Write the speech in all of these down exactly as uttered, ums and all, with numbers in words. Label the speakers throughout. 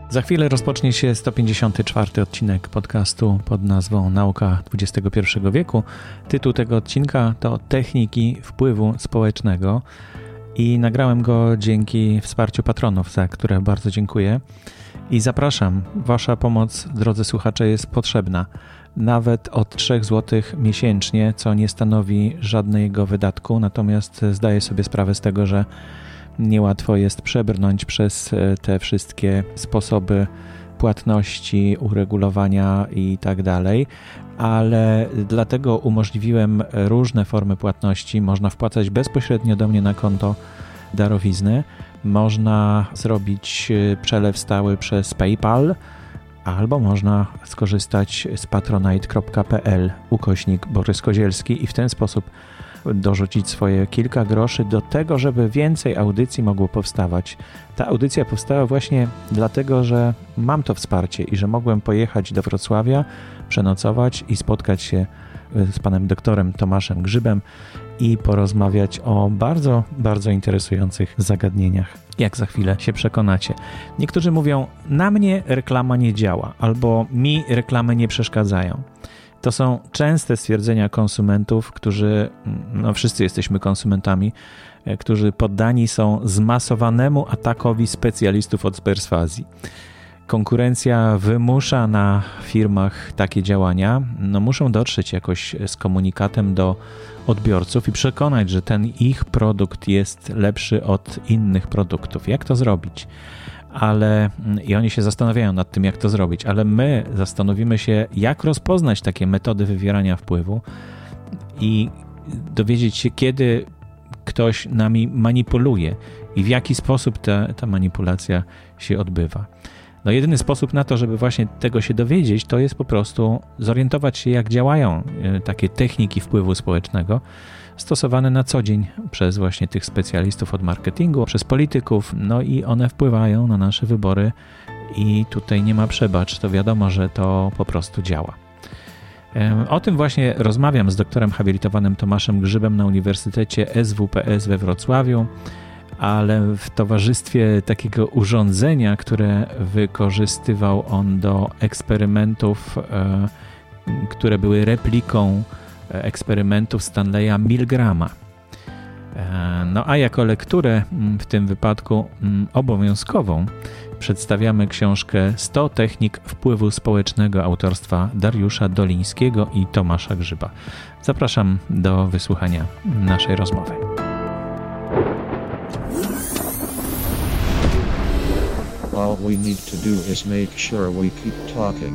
Speaker 1: Za chwilę rozpocznie się sto pięćdziesiąty czwarty odcinek podcastu pod nazwą Nauka dwudziestego pierwszego wieku. Tytuł tego odcinka to Techniki wpływu społecznego i nagrałem go dzięki wsparciu patronów, za które bardzo dziękuję. I zapraszam, wasza pomoc, drodzy słuchacze, jest potrzebna. Nawet od trzech złotych miesięcznie, co nie stanowi żadnego wydatku, natomiast zdaję sobie sprawę z tego, że niełatwo jest przebrnąć przez te wszystkie sposoby płatności, uregulowania i tak dalej, ale dlatego umożliwiłem różne formy płatności. Można wpłacać bezpośrednio do mnie na konto darowizny, można zrobić przelew stały przez PayPal, albo można skorzystać z patronite kropka p l ukośnik Borys Kozielski i w ten sposób dorzucić swoje kilka groszy do tego, żeby więcej audycji mogło powstawać. Ta audycja powstała właśnie dlatego, że mam to wsparcie i że mogłem pojechać do Wrocławia, przenocować i spotkać się z panem doktorem Tomaszem Grzybem i porozmawiać o bardzo, bardzo interesujących zagadnieniach, jak za chwilę się przekonacie. Niektórzy mówią, na mnie reklama nie działa, albo mi reklamy nie przeszkadzają. To są częste stwierdzenia konsumentów, którzy, no wszyscy jesteśmy konsumentami, którzy poddani są zmasowanemu atakowi specjalistów od perswazji. Konkurencja wymusza na firmach takie działania, no muszą dotrzeć jakoś z komunikatem do odbiorców i przekonać, że ten ich produkt jest lepszy od innych produktów. Jak to zrobić? Ale i oni się zastanawiają nad tym, jak to zrobić, ale my zastanowimy się, jak rozpoznać takie metody wywierania wpływu i dowiedzieć się, kiedy ktoś nami manipuluje i w jaki sposób ta, ta manipulacja się odbywa. No jedyny sposób na to, żeby właśnie tego się dowiedzieć, to jest po prostu zorientować się, jak działają takie techniki wpływu społecznego stosowane na co dzień przez właśnie tych specjalistów od marketingu, przez polityków, no i one wpływają na nasze wybory i tutaj nie ma przebacz, to wiadomo, że to po prostu działa. O tym właśnie rozmawiam z doktorem habilitowanym Tomaszem Grzybem na Uniwersytecie S W P S we Wrocławiu, ale w towarzystwie takiego urządzenia, które wykorzystywał on do eksperymentów, które były repliką eksperymentów Stanleya Milgrama. No a jako lekturę w tym wypadku obowiązkową przedstawiamy książkę sto technik wpływu społecznego autorstwa Dariusza Dolińskiego i Tomasza Grzyba. Zapraszam do wysłuchania naszej rozmowy.
Speaker 2: All we need to do is make sure we keep talking.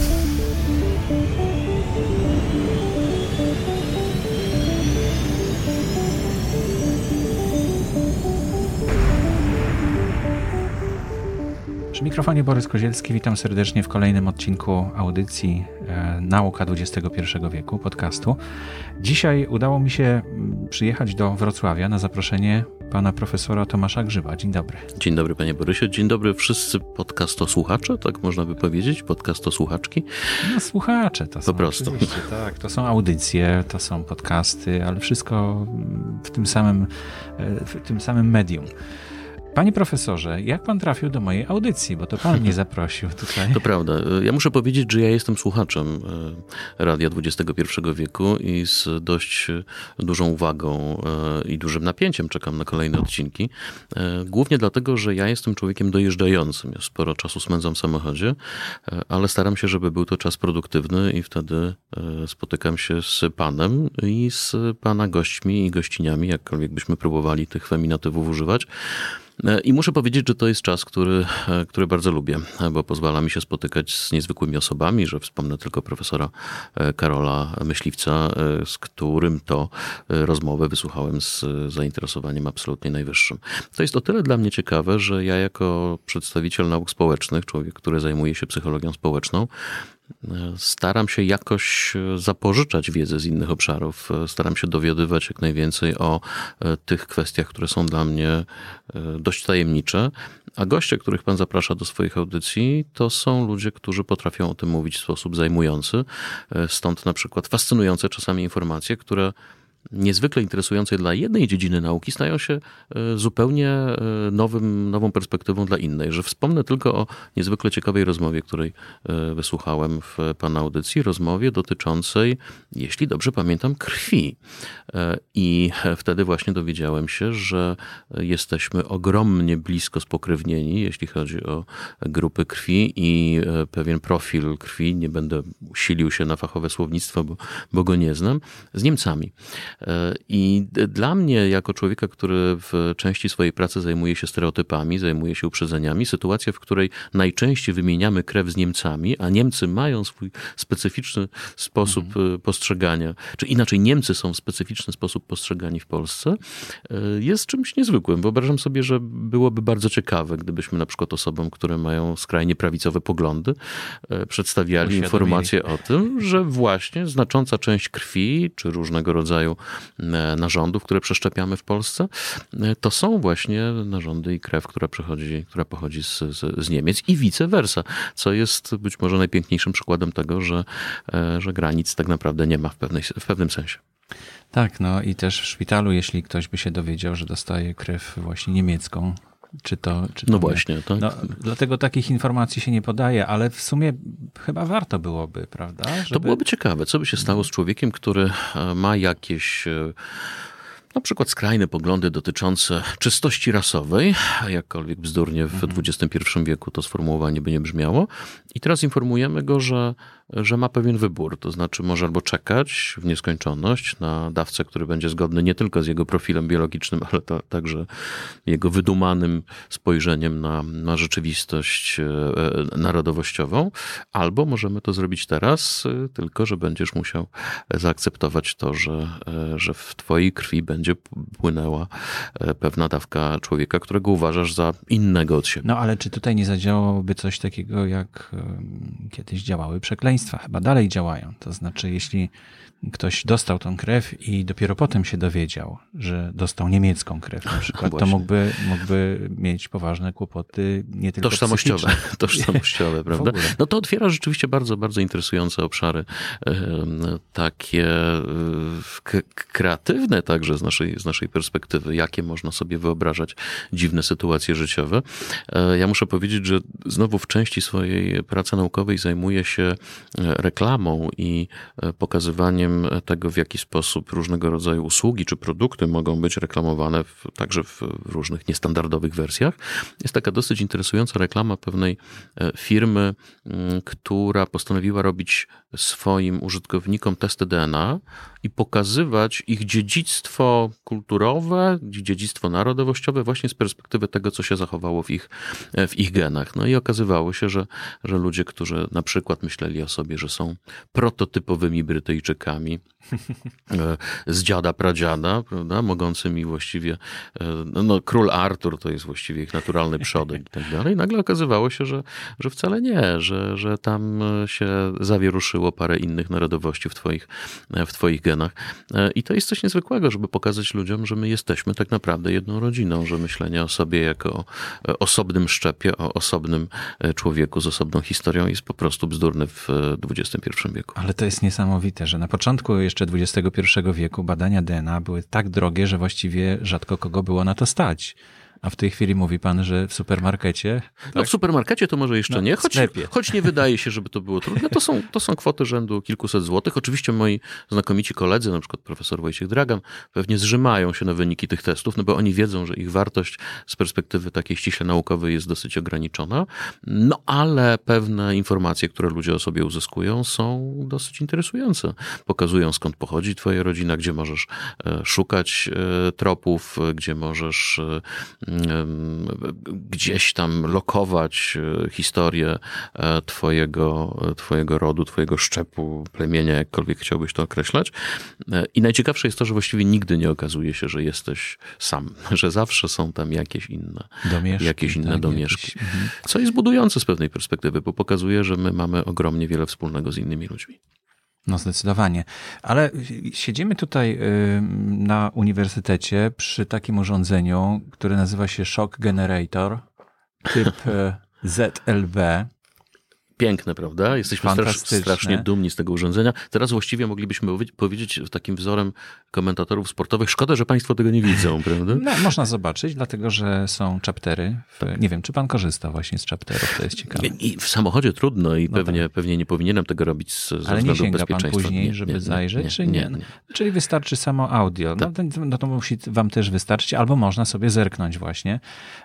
Speaker 1: Przy mikrofonie Borys Kozielski, witam serdecznie w kolejnym odcinku audycji e, Nauka dwudziestego pierwszego wieku, podcastu. Dzisiaj udało mi się przyjechać do Wrocławia na zaproszenie pana profesora Tomasza Grzyba. Dzień dobry.
Speaker 3: Dzień dobry, panie Borysie. Dzień dobry wszyscy podcastosłuchacze, tak można by powiedzieć, podcastosłuchaczki.
Speaker 1: No słuchacze to są.
Speaker 3: Po prostu.
Speaker 1: Tak, to są audycje, to są podcasty, ale wszystko w tym samym, w tym samym medium. Panie profesorze, jak pan trafił do mojej audycji, bo to pan mnie zaprosił tutaj.
Speaker 3: To prawda. Ja muszę powiedzieć, że ja jestem słuchaczem Radia dwudziestego pierwszego wieku i z dość dużą uwagą i dużym napięciem czekam na kolejne odcinki. Głównie dlatego, że ja jestem człowiekiem dojeżdżającym. Ja sporo czasu spędzam w samochodzie, ale staram się, żeby był to czas produktywny i wtedy spotykam się z panem i z pana gośćmi i gościniami, jakkolwiek byśmy próbowali tych feminatywów używać. I muszę powiedzieć, że to jest czas, który, który bardzo lubię, bo pozwala mi się spotykać z niezwykłymi osobami, że wspomnę tylko profesora Karola Myśliwca, z którym to rozmowę wysłuchałem z zainteresowaniem absolutnie najwyższym. To jest o tyle dla mnie ciekawe, że ja jako przedstawiciel nauk społecznych, człowiek, który zajmuje się psychologią społeczną, staram się jakoś zapożyczać wiedzę z innych obszarów, staram się dowiadywać jak najwięcej o tych kwestiach, które są dla mnie dość tajemnicze, a goście, których pan zaprasza do swoich audycji, to są ludzie, którzy potrafią o tym mówić w sposób zajmujący, stąd na przykład fascynujące czasami informacje, które niezwykle interesujące dla jednej dziedziny nauki stają się zupełnie nowym, nową perspektywą dla innej. Że wspomnę tylko o niezwykle ciekawej rozmowie, której wysłuchałem w pana audycji, rozmowie dotyczącej, jeśli dobrze pamiętam, krwi. I wtedy właśnie dowiedziałem się, że jesteśmy ogromnie blisko spokrewnieni, jeśli chodzi o grupy krwi i pewien profil krwi. Nie będę silił się na fachowe słownictwo, bo, bo go nie znam, z Niemcami. I dla mnie, jako człowieka, który w części swojej pracy zajmuje się stereotypami, zajmuje się uprzedzeniami, sytuacja, w której najczęściej wymieniamy krew z Niemcami, a Niemcy mają swój specyficzny sposób mhm. postrzegania, czy inaczej Niemcy są w specyficzny sposób postrzegani w Polsce, jest czymś niezwykłym. Wyobrażam sobie, że byłoby bardzo ciekawe, gdybyśmy na przykład osobom, które mają skrajnie prawicowe poglądy, przedstawiali informację o tym, że właśnie znacząca część krwi, czy różnego rodzaju narządów, które przeszczepiamy w Polsce, to są właśnie narządy i krew, która przechodzi, która pochodzi z, z, z Niemiec i vice versa, co jest być może najpiękniejszym przykładem tego, że, że granic tak naprawdę nie ma w, pewnej, w pewnym sensie.
Speaker 1: Tak, no i też w szpitalu, jeśli ktoś by się dowiedział, że dostaje krew właśnie niemiecką, czy to... Czy to
Speaker 3: no
Speaker 1: nie?
Speaker 3: właśnie, tak.
Speaker 1: No, dlatego takich informacji się nie podaje, ale w sumie chyba warto byłoby, prawda? Żeby...
Speaker 3: To byłoby ciekawe, co by się stało z człowiekiem, który ma jakieś... na przykład skrajne poglądy dotyczące czystości rasowej, jakkolwiek bzdurnie w dwudziestym pierwszym wieku to sformułowanie by nie brzmiało. I teraz informujemy go, że, że ma pewien wybór. To znaczy może albo czekać w nieskończoność na dawcę, który będzie zgodny nie tylko z jego profilem biologicznym, ale to, także jego wydumanym spojrzeniem na, na rzeczywistość narodowościową. Albo możemy to zrobić teraz, tylko że będziesz musiał zaakceptować to, że, że w twojej krwi będzie płynęła pewna dawka człowieka, którego uważasz za innego od siebie.
Speaker 1: No ale czy tutaj nie zadziałałoby coś takiego, jak kiedyś działały przekleństwa? Chyba dalej działają. To znaczy, jeśli ktoś dostał tą krew i dopiero potem się dowiedział, że dostał niemiecką krew na przykład, to mógłby, mógłby mieć poważne kłopoty nie tylko
Speaker 3: tożsamościowe, tożsamościowe, prawda? No to otwiera rzeczywiście bardzo, bardzo interesujące obszary, takie kreatywne także z naszej, z naszej perspektywy, jakie można sobie wyobrażać dziwne sytuacje życiowe. Ja muszę powiedzieć, że znowu w części swojej pracy naukowej zajmuję się reklamą i pokazywaniem tego, w jaki sposób różnego rodzaju usługi czy produkty mogą być reklamowane w, także w różnych niestandardowych wersjach. Jest taka dosyć interesująca reklama pewnej firmy, która postanowiła robić swoim użytkownikom testy D N A i pokazywać ich dziedzictwo kulturowe, dziedzictwo narodowościowe właśnie z perspektywy tego, co się zachowało w ich, w ich genach. No i okazywało się, że, że ludzie, którzy na przykład myśleli o sobie, że są prototypowymi Brytyjczykami z dziada pradziada, prawda, mogącymi właściwie, no król Artur to jest właściwie ich naturalny przodek i tak dalej. Nagle okazywało się, że, że wcale nie, że, że tam się zawieruszyło parę innych narodowości w twoich, w twoich genach. I to jest coś niezwykłego, żeby pokazać ludziom, że my jesteśmy tak naprawdę jedną rodziną, że myślenie o sobie jako o osobnym szczepie, o osobnym człowieku z osobną historią jest po prostu bzdurne w dwudziestym pierwszym wieku.
Speaker 1: Ale to jest niesamowite, że na początku jeszcze dwudziestego pierwszego wieku badania D N A były tak drogie, że właściwie rzadko kogo było na to stać. A w tej chwili mówi pan, że w supermarkecie... Tak?
Speaker 3: No w supermarkecie to może jeszcze
Speaker 1: no,
Speaker 3: nie, choć, choć nie wydaje się, żeby to było trudne. To są, to są kwoty rzędu kilkuset złotych. Oczywiście moi znakomici koledzy, na przykład profesor Wojciech Dragan, pewnie zrzymają się na wyniki tych testów, no bo oni wiedzą, że ich wartość z perspektywy takiej ściśle naukowej jest dosyć ograniczona. No ale pewne informacje, które ludzie o sobie uzyskują, są dosyć interesujące. Pokazują, skąd pochodzi twoja rodzina, gdzie możesz szukać tropów, gdzie możesz gdzieś tam lokować historię twojego, twojego rodu, twojego szczepu, plemienia, jakkolwiek chciałbyś to określać. I najciekawsze jest to, że właściwie nigdy nie okazuje się, że jesteś sam, że zawsze są tam jakieś inne
Speaker 1: domieszki,
Speaker 3: jakieś inne
Speaker 1: tak,
Speaker 3: domieszki.
Speaker 1: jakieś, mhm.
Speaker 3: Co jest budujące z pewnej perspektywy, bo pokazuje, że my mamy ogromnie wiele wspólnego z innymi ludźmi.
Speaker 1: No zdecydowanie. Ale siedzimy tutaj na uniwersytecie przy takim urządzeniu, które nazywa się Shock Generator, typ Z L B.
Speaker 3: Piękne, prawda? Jesteśmy strasz, strasznie dumni z tego urządzenia. Teraz właściwie moglibyśmy powiedzieć takim wzorem komentatorów sportowych, szkoda, że państwo tego nie widzą, prawda?
Speaker 1: No, można zobaczyć, dlatego że są chaptery. W, nie wiem, czy pan korzysta właśnie z chapterów, to jest ciekawe.
Speaker 3: I w samochodzie trudno i no pewnie, tak. pewnie nie powinienem tego robić z, ze
Speaker 1: Ale
Speaker 3: względu
Speaker 1: nie sięga
Speaker 3: bezpieczeństwa.
Speaker 1: pan później,
Speaker 3: nie,
Speaker 1: żeby
Speaker 3: nie,
Speaker 1: zajrzeć,
Speaker 3: nie,
Speaker 1: czy
Speaker 3: nie,
Speaker 1: nie?
Speaker 3: nie, nie?
Speaker 1: Czyli wystarczy samo audio. No,
Speaker 3: tak.
Speaker 1: to, no to musi wam też wystarczyć, albo można sobie zerknąć właśnie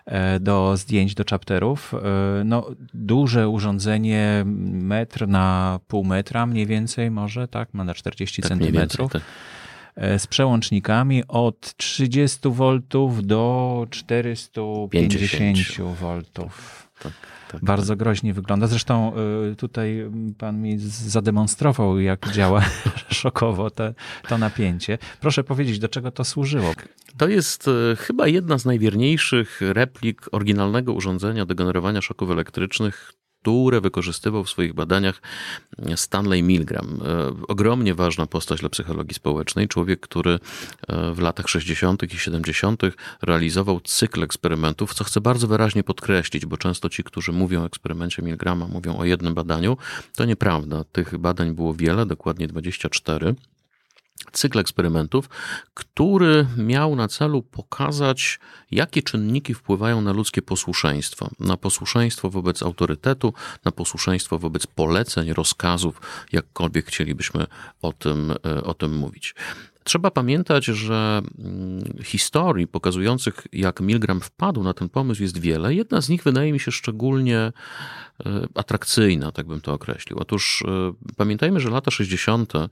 Speaker 1: do zdjęć, do chapterów. No, duże urządzenie, metr na pół metra mniej więcej może, tak? Ma na czterdzieści
Speaker 3: tak,
Speaker 1: centymetrów.
Speaker 3: Więcej, tak.
Speaker 1: Z przełącznikami od trzydziestu woltów do czterystu pięćdziesięciu woltów.
Speaker 3: Tak, tak,
Speaker 1: Bardzo
Speaker 3: tak.
Speaker 1: groźnie wygląda. Zresztą tutaj pan mi zademonstrował, jak działa szokowo te, to napięcie. Proszę powiedzieć, do czego to służyło?
Speaker 3: To jest chyba jedna z najwierniejszych replik oryginalnego urządzenia do generowania szoków elektrycznych, które wykorzystywał w swoich badaniach Stanley Milgram. Ogromnie ważna postać dla psychologii społecznej. Człowiek, który w latach sześćdziesiątych i siedemdziesiątych realizował cykl eksperymentów, co chcę bardzo wyraźnie podkreślić, bo często ci, którzy mówią o eksperymencie Milgrama, mówią o jednym badaniu. To nieprawda. Tych badań było wiele, dokładnie dwadzieścia cztery. Cykl eksperymentów, który miał na celu pokazać, jakie czynniki wpływają na ludzkie posłuszeństwo. Na posłuszeństwo wobec autorytetu, na posłuszeństwo wobec poleceń, rozkazów, jakkolwiek chcielibyśmy o tym, o tym mówić. Trzeba pamiętać, że historii pokazujących, jak Milgram wpadł na ten pomysł, jest wiele. Jedna z nich wydaje mi się szczególnie atrakcyjna, tak bym to określił. Otóż pamiętajmy, że lata sześćdziesiąte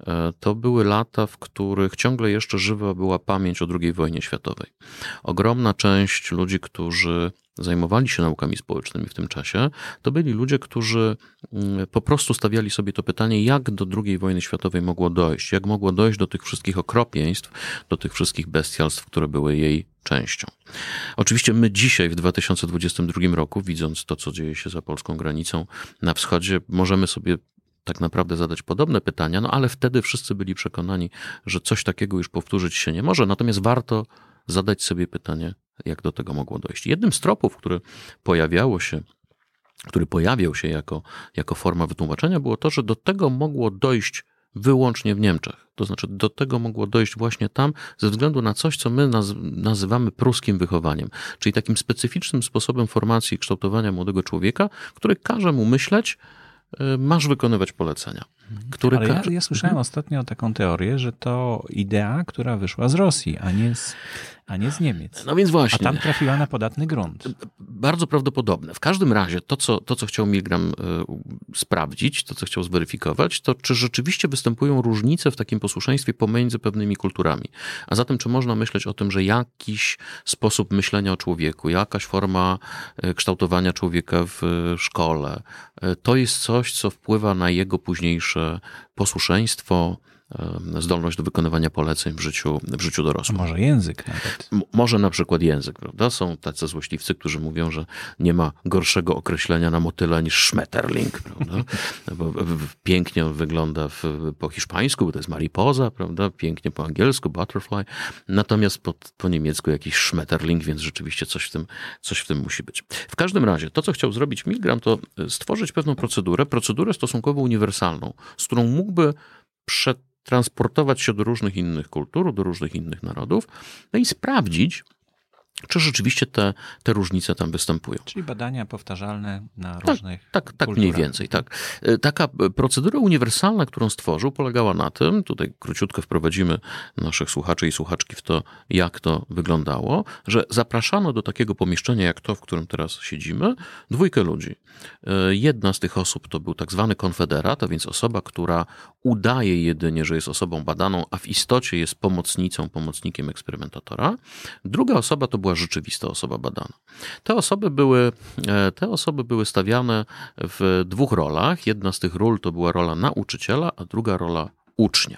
Speaker 3: to były lata, w których ciągle jeszcze żywa była pamięć o drugiej wojnie światowej. Ogromna część ludzi, którzy zajmowali się naukami społecznymi w tym czasie, to byli ludzie, którzy po prostu stawiali sobie to pytanie, jak do drugiej wojny światowej mogło dojść, jak mogło dojść do tych wszystkich okropieństw, do tych wszystkich bestialstw, które były jej częścią. Oczywiście my dzisiaj w dwa tysiące dwudziestym drugim roku, widząc to, co dzieje się za polską granicą na wschodzie, możemy sobie tak naprawdę zadać podobne pytania, no ale wtedy wszyscy byli przekonani, że coś takiego już powtórzyć się nie może, natomiast warto zadać sobie pytanie, jak do tego mogło dojść. Jednym z tropów, który pojawiało się, który pojawiał się jako, jako forma wytłumaczenia, było to, że do tego mogło dojść wyłącznie w Niemczech. To znaczy do tego mogło dojść właśnie tam ze względu na coś, co my naz- nazywamy pruskim wychowaniem, czyli takim specyficznym sposobem formacji i kształtowania młodego człowieka, który każe mu myśleć, masz wykonywać polecenia. Który
Speaker 1: Ale ja,
Speaker 3: każe...
Speaker 1: ja słyszałem mhm. ostatnio taką teorię, że to idea, która wyszła z Rosji, a nie z, a nie z Niemiec.
Speaker 3: No więc właśnie.
Speaker 1: A tam trafiła na podatny grunt.
Speaker 3: Bardzo prawdopodobne. W każdym razie to, co, to, co chciał Milgram y, sprawdzić, to, co chciał zweryfikować, to czy rzeczywiście występują różnice w takim posłuszeństwie pomiędzy pewnymi kulturami. A zatem, czy można myśleć o tym, że jakiś sposób myślenia o człowieku, jakaś forma y, kształtowania człowieka w y, szkole, y, to jest coś, co wpływa na jego późniejsze posłuszeństwo, zdolność do wykonywania poleceń w życiu, w życiu dorosłym.
Speaker 1: A może język nawet.
Speaker 3: M- może na przykład język, prawda? Są tacy złośliwcy, którzy mówią, że nie ma gorszego określenia na motyla niż Schmetterling, prawda? Bo w, w, pięknie on wygląda w, po hiszpańsku, bo to jest mariposa, prawda? Pięknie po angielsku, butterfly. Natomiast po, po niemiecku jakiś Schmetterling, więc rzeczywiście coś w tym, coś w tym musi być. W każdym razie, to co chciał zrobić Milgram, to stworzyć pewną procedurę, procedurę stosunkowo uniwersalną, z którą mógłby przed transportować się do różnych innych kultur, do różnych innych narodów, no i sprawdzić, czy rzeczywiście te, te różnice tam występują.
Speaker 1: Czyli badania powtarzalne na różnych
Speaker 3: Tak, tak, tak mniej więcej. Tak. Taka procedura uniwersalna, którą stworzył, polegała na tym, tutaj króciutko wprowadzimy naszych słuchaczy i słuchaczki w to, jak to wyglądało, że zapraszano do takiego pomieszczenia, jak to, w którym teraz siedzimy, dwójkę ludzi. Jedna z tych osób to był tak zwany konfederat, a więc osoba, która udaje jedynie, że jest osobą badaną, a w istocie jest pomocnicą, pomocnikiem eksperymentatora. Druga osoba to była rzeczywista osoba badana. Te osoby były, te osoby były stawiane w dwóch rolach. Jedna z tych ról to była rola nauczyciela, a druga rola ucznia.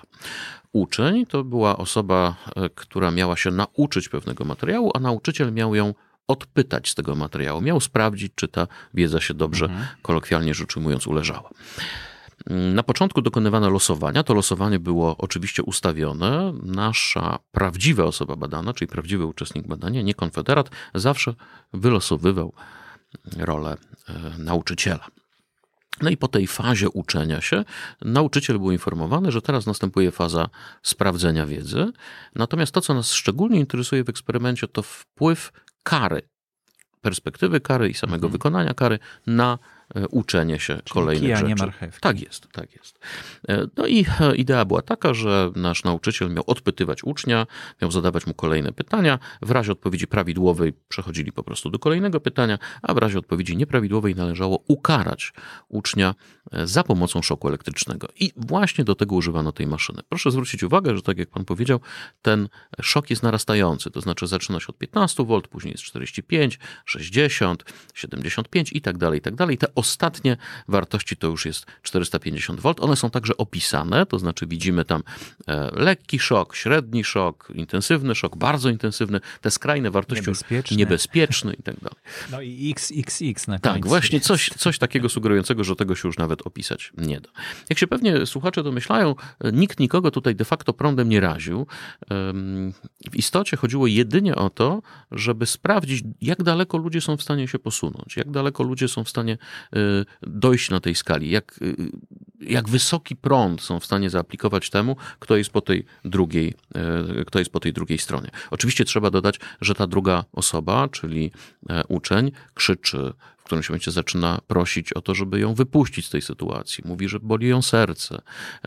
Speaker 3: Uczeń to była osoba, która miała się nauczyć pewnego materiału, a nauczyciel miał ją odpytać z tego materiału. Miał sprawdzić, czy ta wiedza się dobrze, mhm. kolokwialnie rzecz ujmując, uleżała. Na początku dokonywano losowania. To losowanie było oczywiście ustawione. Nasza prawdziwa osoba badana, czyli prawdziwy uczestnik badania, nie konfederat, zawsze wylosowywał rolę nauczyciela. No i po tej fazie uczenia się nauczyciel był informowany, że teraz następuje faza sprawdzenia wiedzy. Natomiast to, co nas szczególnie interesuje w eksperymencie, to wpływ kary, perspektywy kary i samego mhm. wykonania kary na uczenie się Czyli kolejnych
Speaker 1: kija,
Speaker 3: rzeczy.
Speaker 1: Nie marchewki.
Speaker 3: Tak jest, tak jest. No i idea była taka, że nasz nauczyciel miał odpytywać ucznia, miał zadawać mu kolejne pytania. W razie odpowiedzi prawidłowej przechodzili po prostu do kolejnego pytania, a w razie odpowiedzi nieprawidłowej należało ukarać ucznia za pomocą szoku elektrycznego. I właśnie do tego używano tej maszyny. Proszę zwrócić uwagę, że tak jak pan powiedział, ten szok jest narastający, to znaczy zaczyna się od piętnaście wolt, później jest czterdzieści pięć, sześćdziesiąt, siedemdziesiąt pięć i tak dalej, i tak dalej. Te ostatnie wartości to już jest czterysta pięćdziesiąt wolt. One są także opisane, to znaczy widzimy tam lekki szok, średni szok, intensywny szok, bardzo intensywny, te skrajne wartości
Speaker 1: niebezpieczny,
Speaker 3: niebezpieczny i tak dalej.
Speaker 1: No i X X X na
Speaker 3: Tak,
Speaker 1: końcu.
Speaker 3: właśnie coś, coś takiego sugerującego, że tego się już nawet opisać nie da. Jak się pewnie słuchacze domyślają, nikt nikogo tutaj de facto prądem nie raził. W istocie chodziło jedynie o to, żeby sprawdzić, jak daleko ludzie są w stanie się posunąć, jak daleko ludzie są w stanie dojść na tej skali, jak, jak wysoki prąd są w stanie zaaplikować temu, kto jest po tej drugiej, kto jest po tej drugiej stronie. Oczywiście trzeba dodać, że ta druga osoba, czyli uczeń, krzyczy, w którymś momencie zaczyna prosić o to, żeby ją wypuścić z tej sytuacji. Mówi, że boli ją serce.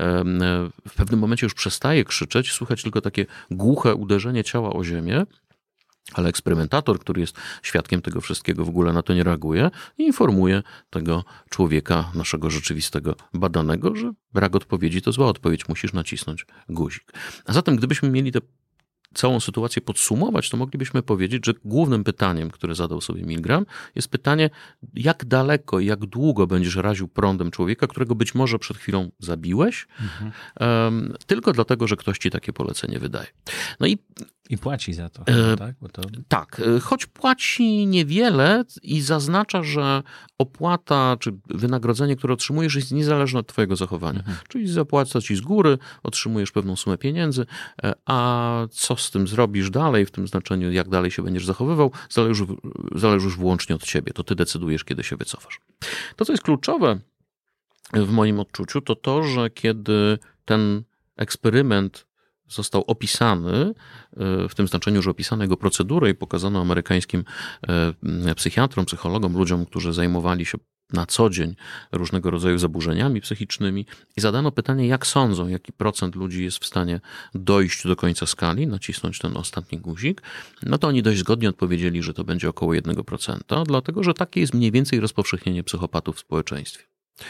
Speaker 3: W pewnym momencie już przestaje krzyczeć, słychać tylko takie głuche uderzenie ciała o ziemię, ale eksperymentator, który jest świadkiem tego wszystkiego, w ogóle na to nie reaguje i informuje tego człowieka, naszego rzeczywistego badanego, że brak odpowiedzi to zła odpowiedź, musisz nacisnąć guzik. A zatem, gdybyśmy mieli tę całą sytuację podsumować, to moglibyśmy powiedzieć, że głównym pytaniem, które zadał sobie Milgram, jest pytanie, jak daleko i jak długo będziesz raził prądem człowieka, którego być może przed chwilą zabiłeś, mhm. um, tylko dlatego, że ktoś ci takie polecenie wydaje. No i
Speaker 1: I płaci za to, e, tak? Bo to...
Speaker 3: Tak, choć płaci niewiele i zaznacza, że opłata czy wynagrodzenie, które otrzymujesz, jest niezależne od twojego zachowania. Mhm. Czyli zapłaca ci z góry, otrzymujesz pewną sumę pieniędzy, a co z tym zrobisz dalej, w tym znaczeniu, jak dalej się będziesz zachowywał, zależy, zależy już wyłącznie od ciebie. To ty decydujesz, kiedy się wycofasz. To, co jest kluczowe w moim odczuciu, to to, że kiedy ten eksperyment został opisany, w tym znaczeniu, że opisano jego procedurę i pokazano amerykańskim psychiatrom, psychologom, ludziom, którzy zajmowali się na co dzień różnego rodzaju zaburzeniami psychicznymi i zadano pytanie, jak sądzą, jaki procent ludzi jest w stanie dojść do końca skali, nacisnąć ten ostatni guzik, no to oni dość zgodnie odpowiedzieli, że to będzie około jeden procent, dlatego że takie jest mniej więcej rozpowszechnienie psychopatów w społeczeństwie.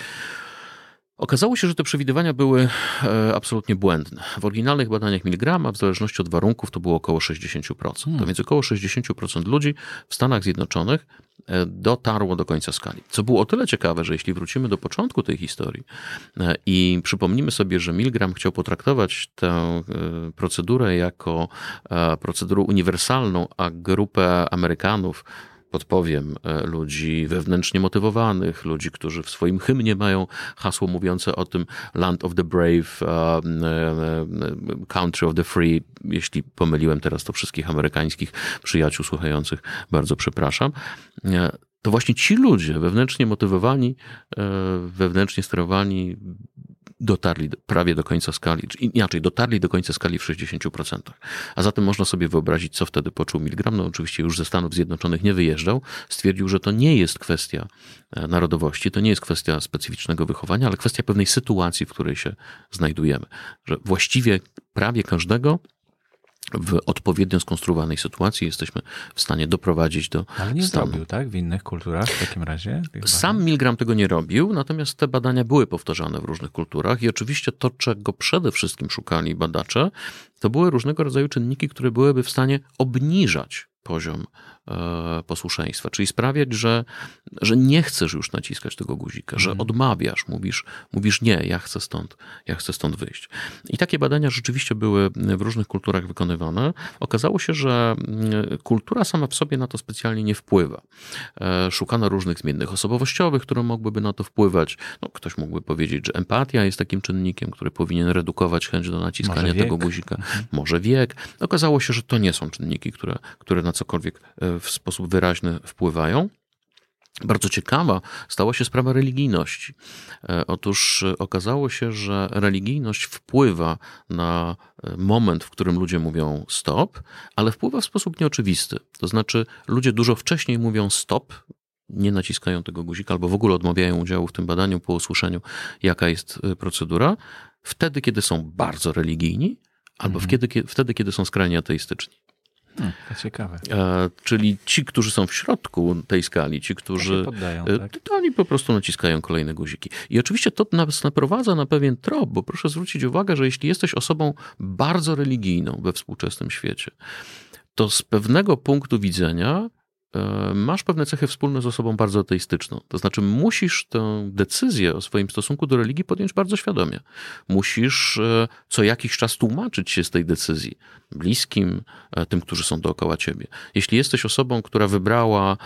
Speaker 3: Okazało się, że te przewidywania były absolutnie błędne. W oryginalnych badaniach Milgrama, w zależności od warunków, to było około sześćdziesiąt procent. Hmm. To więc około sześćdziesiąt procent ludzi w Stanach Zjednoczonych dotarło do końca skali. Co było o tyle ciekawe, że jeśli wrócimy do początku tej historii i przypomnimy sobie, że Milgram chciał potraktować tę procedurę jako procedurę uniwersalną, a grupę Amerykanów, podpowiem, ludzi wewnętrznie motywowanych, ludzi, którzy w swoim hymnie mają hasło mówiące o tym Land of the Brave, Country of the Free. Jeśli pomyliłem teraz to wszystkich amerykańskich przyjaciół słuchających, bardzo przepraszam. To właśnie ci ludzie wewnętrznie motywowani, wewnętrznie sterowani dotarli prawie do końca skali, czy inaczej, dotarli do końca skali w sześćdziesięciu procentach. A zatem można sobie wyobrazić, co wtedy poczuł Milgram. No oczywiście już ze Stanów Zjednoczonych nie wyjeżdżał. Stwierdził, że to nie jest kwestia narodowości, to nie jest kwestia specyficznego wychowania, ale kwestia pewnej sytuacji, w której się znajdujemy. Że właściwie prawie każdego w odpowiednio skonstruowanej sytuacji jesteśmy w stanie doprowadzić do
Speaker 1: Ale nie
Speaker 3: stanu.
Speaker 1: zrobił, tak? W innych kulturach w takim razie?
Speaker 3: Sam Milgram tego nie robił, natomiast te badania były powtarzane w różnych kulturach i oczywiście to, czego przede wszystkim szukali badacze, to były różnego rodzaju czynniki, które byłyby w stanie obniżać poziom e, posłuszeństwa, czyli sprawiać, że, że nie chcesz już naciskać tego guzika, że odmawiasz, mówisz, mówisz nie, ja chcę stąd, ja chcę stąd wyjść. I takie badania rzeczywiście były w różnych kulturach wykonywane. Okazało się, że kultura sama w sobie na to specjalnie nie wpływa. E, szukano różnych zmiennych osobowościowych, które mogłyby na to wpływać. No, ktoś mógłby powiedzieć, że empatia jest takim czynnikiem, który powinien redukować chęć do naciskania tego guzika. Mhm. Może wiek. Okazało się, że to nie są czynniki, które, które na cokolwiek w sposób wyraźny wpływają. bardzo ciekawa stała się sprawa religijności. Otóż okazało się, że religijność wpływa na moment, w którym ludzie mówią stop, ale wpływa w sposób nieoczywisty. To znaczy ludzie dużo wcześniej mówią stop, nie naciskają tego guzika albo w ogóle odmawiają udziału w tym badaniu po usłyszeniu, jaka jest procedura, wtedy, kiedy są bardzo religijni, albo mhm. wtedy, wtedy, kiedy są skrajnie ateistyczni.
Speaker 1: Hmm, to ciekawe.
Speaker 3: E, czyli ci, którzy są w środku tej skali, ci, którzy...
Speaker 1: To, poddają, tak?
Speaker 3: to oni po prostu naciskają kolejne guziki. I oczywiście to nas naprowadza na pewien trop, bo proszę zwrócić uwagę, że jeśli jesteś osobą bardzo religijną we współczesnym świecie, to z pewnego punktu widzenia masz pewne cechy wspólne z osobą bardzo ateistyczną. To znaczy musisz tę decyzję o swoim stosunku do religii podjąć bardzo świadomie. Musisz co jakiś czas tłumaczyć się z tej decyzji bliskim, tym, którzy są dookoła ciebie. Jeśli jesteś osobą, która wybrała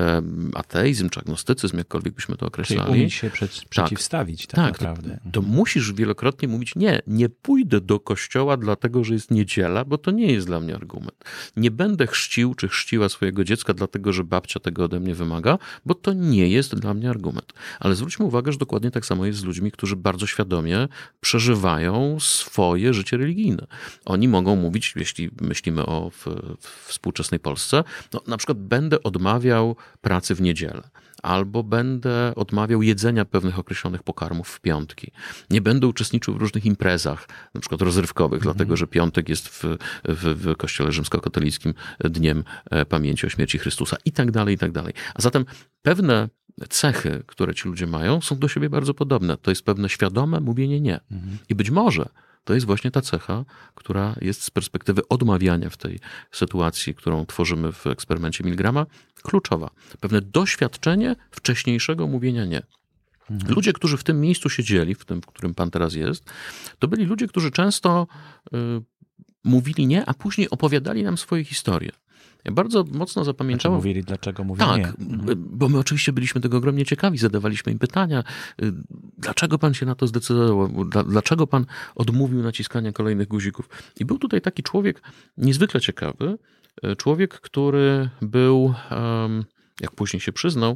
Speaker 3: ateizm czy agnostycyzm, jakkolwiek byśmy to określali.
Speaker 1: Czyli umieć się przed, przeciwstawić tak, tak naprawdę.
Speaker 3: To, to musisz wielokrotnie mówić, nie, nie pójdę do kościoła dlatego, że jest niedziela, bo to nie jest dla mnie argument. Nie będę chrzcił czy chrzciła swojego dziecka dlatego, że babcia tego ode mnie wymaga, bo to nie jest dla mnie argument. Ale zwróćmy uwagę, że dokładnie tak samo jest z ludźmi, którzy bardzo świadomie przeżywają swoje życie religijne. Oni mogą mówić, jeśli myślimy o w, w współczesnej Polsce, no, na przykład będę odmawiał pracy w niedzielę. Albo będę odmawiał jedzenia pewnych określonych pokarmów w piątki. Nie będę uczestniczył w różnych imprezach, na przykład rozrywkowych, mm-hmm. dlatego że piątek jest w, w, w Kościele rzymskokatolickim dniem pamięci o śmierci Chrystusa i tak dalej, i tak dalej. A zatem pewne cechy, które ci ludzie mają, są do siebie bardzo podobne. To jest pewne świadome mówienie nie. Mm-hmm. I być może to jest właśnie ta cecha, która jest z perspektywy odmawiania w tej sytuacji, którą tworzymy w eksperymencie Milgrama, kluczowa. Pewne doświadczenie wcześniejszego mówienia nie. Mhm. Ludzie, którzy w tym miejscu siedzieli, w tym, w którym pan teraz jest, to byli ludzie, którzy często y, mówili nie, a później opowiadali nam swoje historie. Ja bardzo mocno zapamiętałem.
Speaker 1: Znaczy mówili, dlaczego mówią
Speaker 3: tak,
Speaker 1: nie.
Speaker 3: Tak, bo my oczywiście byliśmy tego ogromnie ciekawi, zadawaliśmy im pytania. Dlaczego pan się na to zdecydował? Dlaczego pan odmówił naciskania kolejnych guzików? I był tutaj taki człowiek niezwykle ciekawy. Człowiek, który był, jak później się przyznał,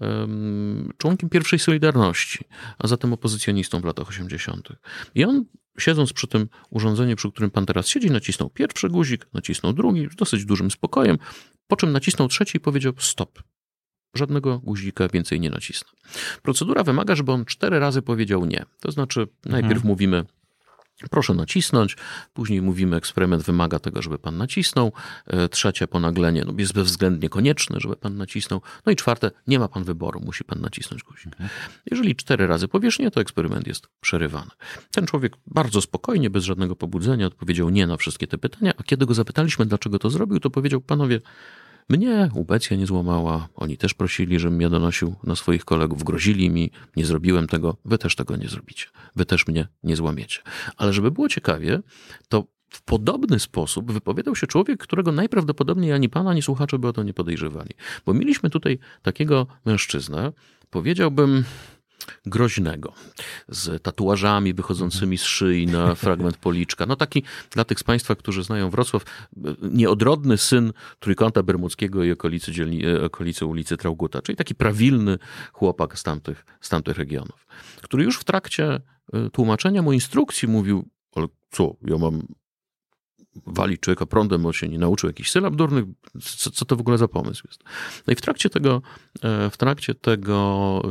Speaker 3: członkiem pierwszej Solidarności, a zatem opozycjonistą w latach osiemdziesiątych. I on, siedząc przy tym urządzeniu, przy którym pan teraz siedzi, nacisnął pierwszy guzik, nacisnął drugi, z dosyć dużym spokojem, po czym nacisnął trzeci i powiedział stop. Żadnego guzika więcej nie nacisnę. Procedura wymaga, żeby on cztery razy powiedział nie. To znaczy mhm. najpierw mówimy proszę nacisnąć, później mówimy eksperyment wymaga tego, żeby pan nacisnął, trzecie ponaglenie no jest bezwzględnie konieczne, żeby pan nacisnął, no i czwarte nie ma pan wyboru, musi pan nacisnąć guzik. Mhm. Jeżeli cztery razy powiesz nie, to eksperyment jest przerywany. Ten człowiek bardzo spokojnie, bez żadnego pobudzenia odpowiedział nie na wszystkie te pytania, a kiedy go zapytaliśmy, dlaczego to zrobił, to powiedział, panowie, mnie ubecja nie złamała, oni też prosili, żebym ja donosił na swoich kolegów, grozili mi, nie zrobiłem tego, wy też tego nie zrobicie, wy też mnie nie złamiecie. Ale żeby było ciekawie, to w podobny sposób wypowiadał się człowiek, którego najprawdopodobniej ani pana, ani słuchacze by o to nie podejrzewali. Bo mieliśmy tutaj takiego mężczyznę, powiedziałbym groźnego, z tatuażami wychodzącymi z szyi na fragment policzka. No taki dla tych z państwa, którzy znają Wrocław, nieodrodny syn Trójkąta Bermudzkiego i okolicy, dzielni, okolicy ulicy Traugutta, czyli taki prawilny chłopak z tamtych, z tamtych regionów, który już w trakcie tłumaczenia mu instrukcji mówił, ale co, ja mam walić człowieka prądem, bo się nie nauczył jakichś sylab durnych, co, co to w ogóle za pomysł jest. No i w trakcie tego, w trakcie tego,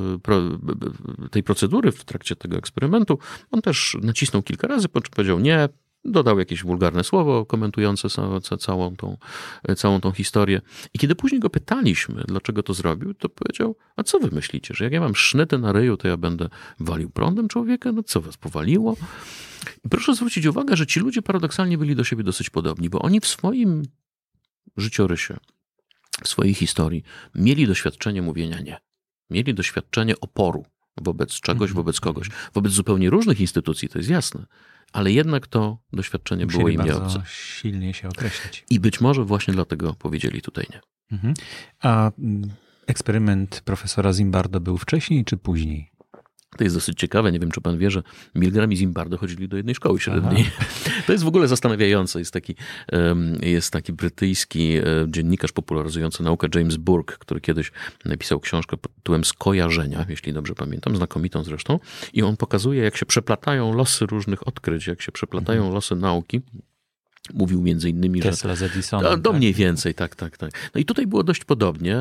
Speaker 3: tej procedury, w trakcie tego eksperymentu, on też nacisnął kilka razy, po czym powiedział nie, dodał jakieś wulgarne słowo komentujące całą tą, całą tą historię. I kiedy później go pytaliśmy, dlaczego to zrobił, to powiedział, a co wy myślicie, że jak ja mam sznytę na ryju, to ja będę walił prądem człowieka? No co was powaliło? I proszę zwrócić uwagę, że ci ludzie paradoksalnie byli do siebie dosyć podobni, bo oni w swoim życiorysie, w swojej historii mieli doświadczenie mówienia nie. Mieli doświadczenie oporu wobec czegoś, wobec kogoś, wobec zupełnie różnych instytucji, to jest jasne. Ale jednak to doświadczenie
Speaker 1: Musieli
Speaker 3: było im
Speaker 1: bardzo
Speaker 3: nieobce.
Speaker 1: silnie się określić.
Speaker 3: I być może właśnie dlatego powiedzieli tutaj nie.
Speaker 1: Mhm. A eksperyment profesora Zimbardo był wcześniej czy później?
Speaker 3: To jest dosyć ciekawe, nie wiem, czy pan wie, że Milgram i Zimbardo chodzili do jednej szkoły średniej. Aha. To jest w ogóle zastanawiające. Jest taki, jest taki brytyjski dziennikarz popularyzujący naukę James Burke, który kiedyś napisał książkę pod tytułem Skojarzenia, jeśli dobrze pamiętam, znakomitą zresztą. I on pokazuje, jak się przeplatają losy różnych odkryć, jak się przeplatają mhm. losy nauki. Mówił między innymi,
Speaker 1: Tesla
Speaker 3: że...
Speaker 1: z Edisonem,
Speaker 3: do, do
Speaker 1: tak?
Speaker 3: mniej więcej, tak, tak, tak. No i tutaj było dość podobnie.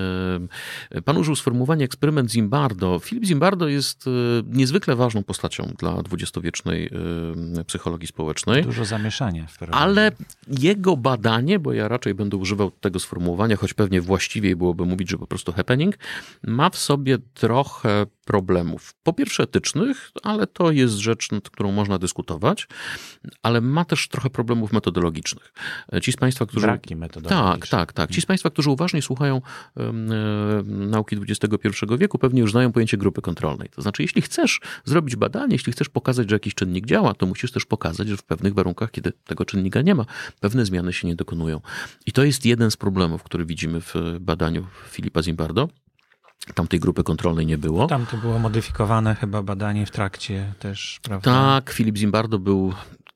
Speaker 3: Pan użył sformułowania eksperyment Zimbardo. Philip Zimbardo jest niezwykle ważną postacią dla dwudziestowiecznej psychologii społecznej.
Speaker 1: Dużo zamieszania.
Speaker 3: Ale jego badanie, bo ja raczej będę używał tego sformułowania, choć pewnie właściwiej byłoby mówić, że po prostu happening, ma w sobie trochę problemów. Po pierwsze etycznych, ale to jest rzecz, nad którą można dyskutować, ale ma też trochę problemów metodologicznych. Ci z Państwa, którzy...
Speaker 1: Braki metodologiczne.
Speaker 3: Tak, tak, tak. Ci z Państwa, którzy uważnie słuchają um, nauki dwudziestego pierwszego wieku, pewnie już znają pojęcie grupy kontrolnej. To znaczy, jeśli chcesz zrobić badanie, jeśli chcesz pokazać, że jakiś czynnik działa, to musisz też pokazać, że w pewnych warunkach, kiedy tego czynnika nie ma, pewne zmiany się nie dokonują. I to jest jeden z problemów, który widzimy w badaniu Philipa Zimbardo. Tam tej grupy kontrolnej nie było.
Speaker 1: Tam to było modyfikowane chyba badanie w trakcie też, prawda?
Speaker 3: Tak, Philip Zimbardo był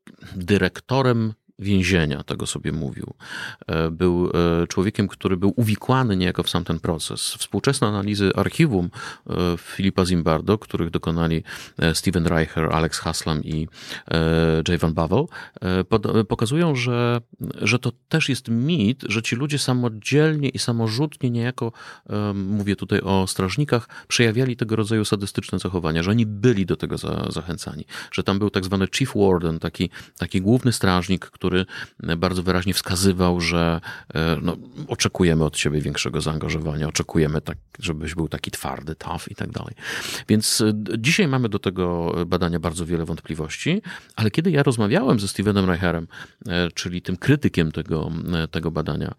Speaker 3: dyrektorem więzienia, tego sobie mówił. Był człowiekiem, który był uwikłany niejako w sam ten proces. Współczesne analizy archiwum Philipa Zimbardo, których dokonali Steven Reicher, Alex Haslam i Jay Van Bavel, pokazują, że, że to też jest mit, że ci ludzie samodzielnie i samorzutnie niejako, mówię tutaj o strażnikach, przejawiali tego rodzaju sadystyczne zachowania, że oni byli do tego za, zachęcani. Że tam był tak zwany chief warden, taki, taki główny strażnik, który bardzo wyraźnie wskazywał, że no, oczekujemy od ciebie większego zaangażowania, oczekujemy, tak, żebyś był taki twardy, tough i tak dalej. Więc dzisiaj mamy do tego badania bardzo wiele wątpliwości, ale kiedy ja rozmawiałem ze Stevenem Reicherem, czyli tym krytykiem tego, tego badania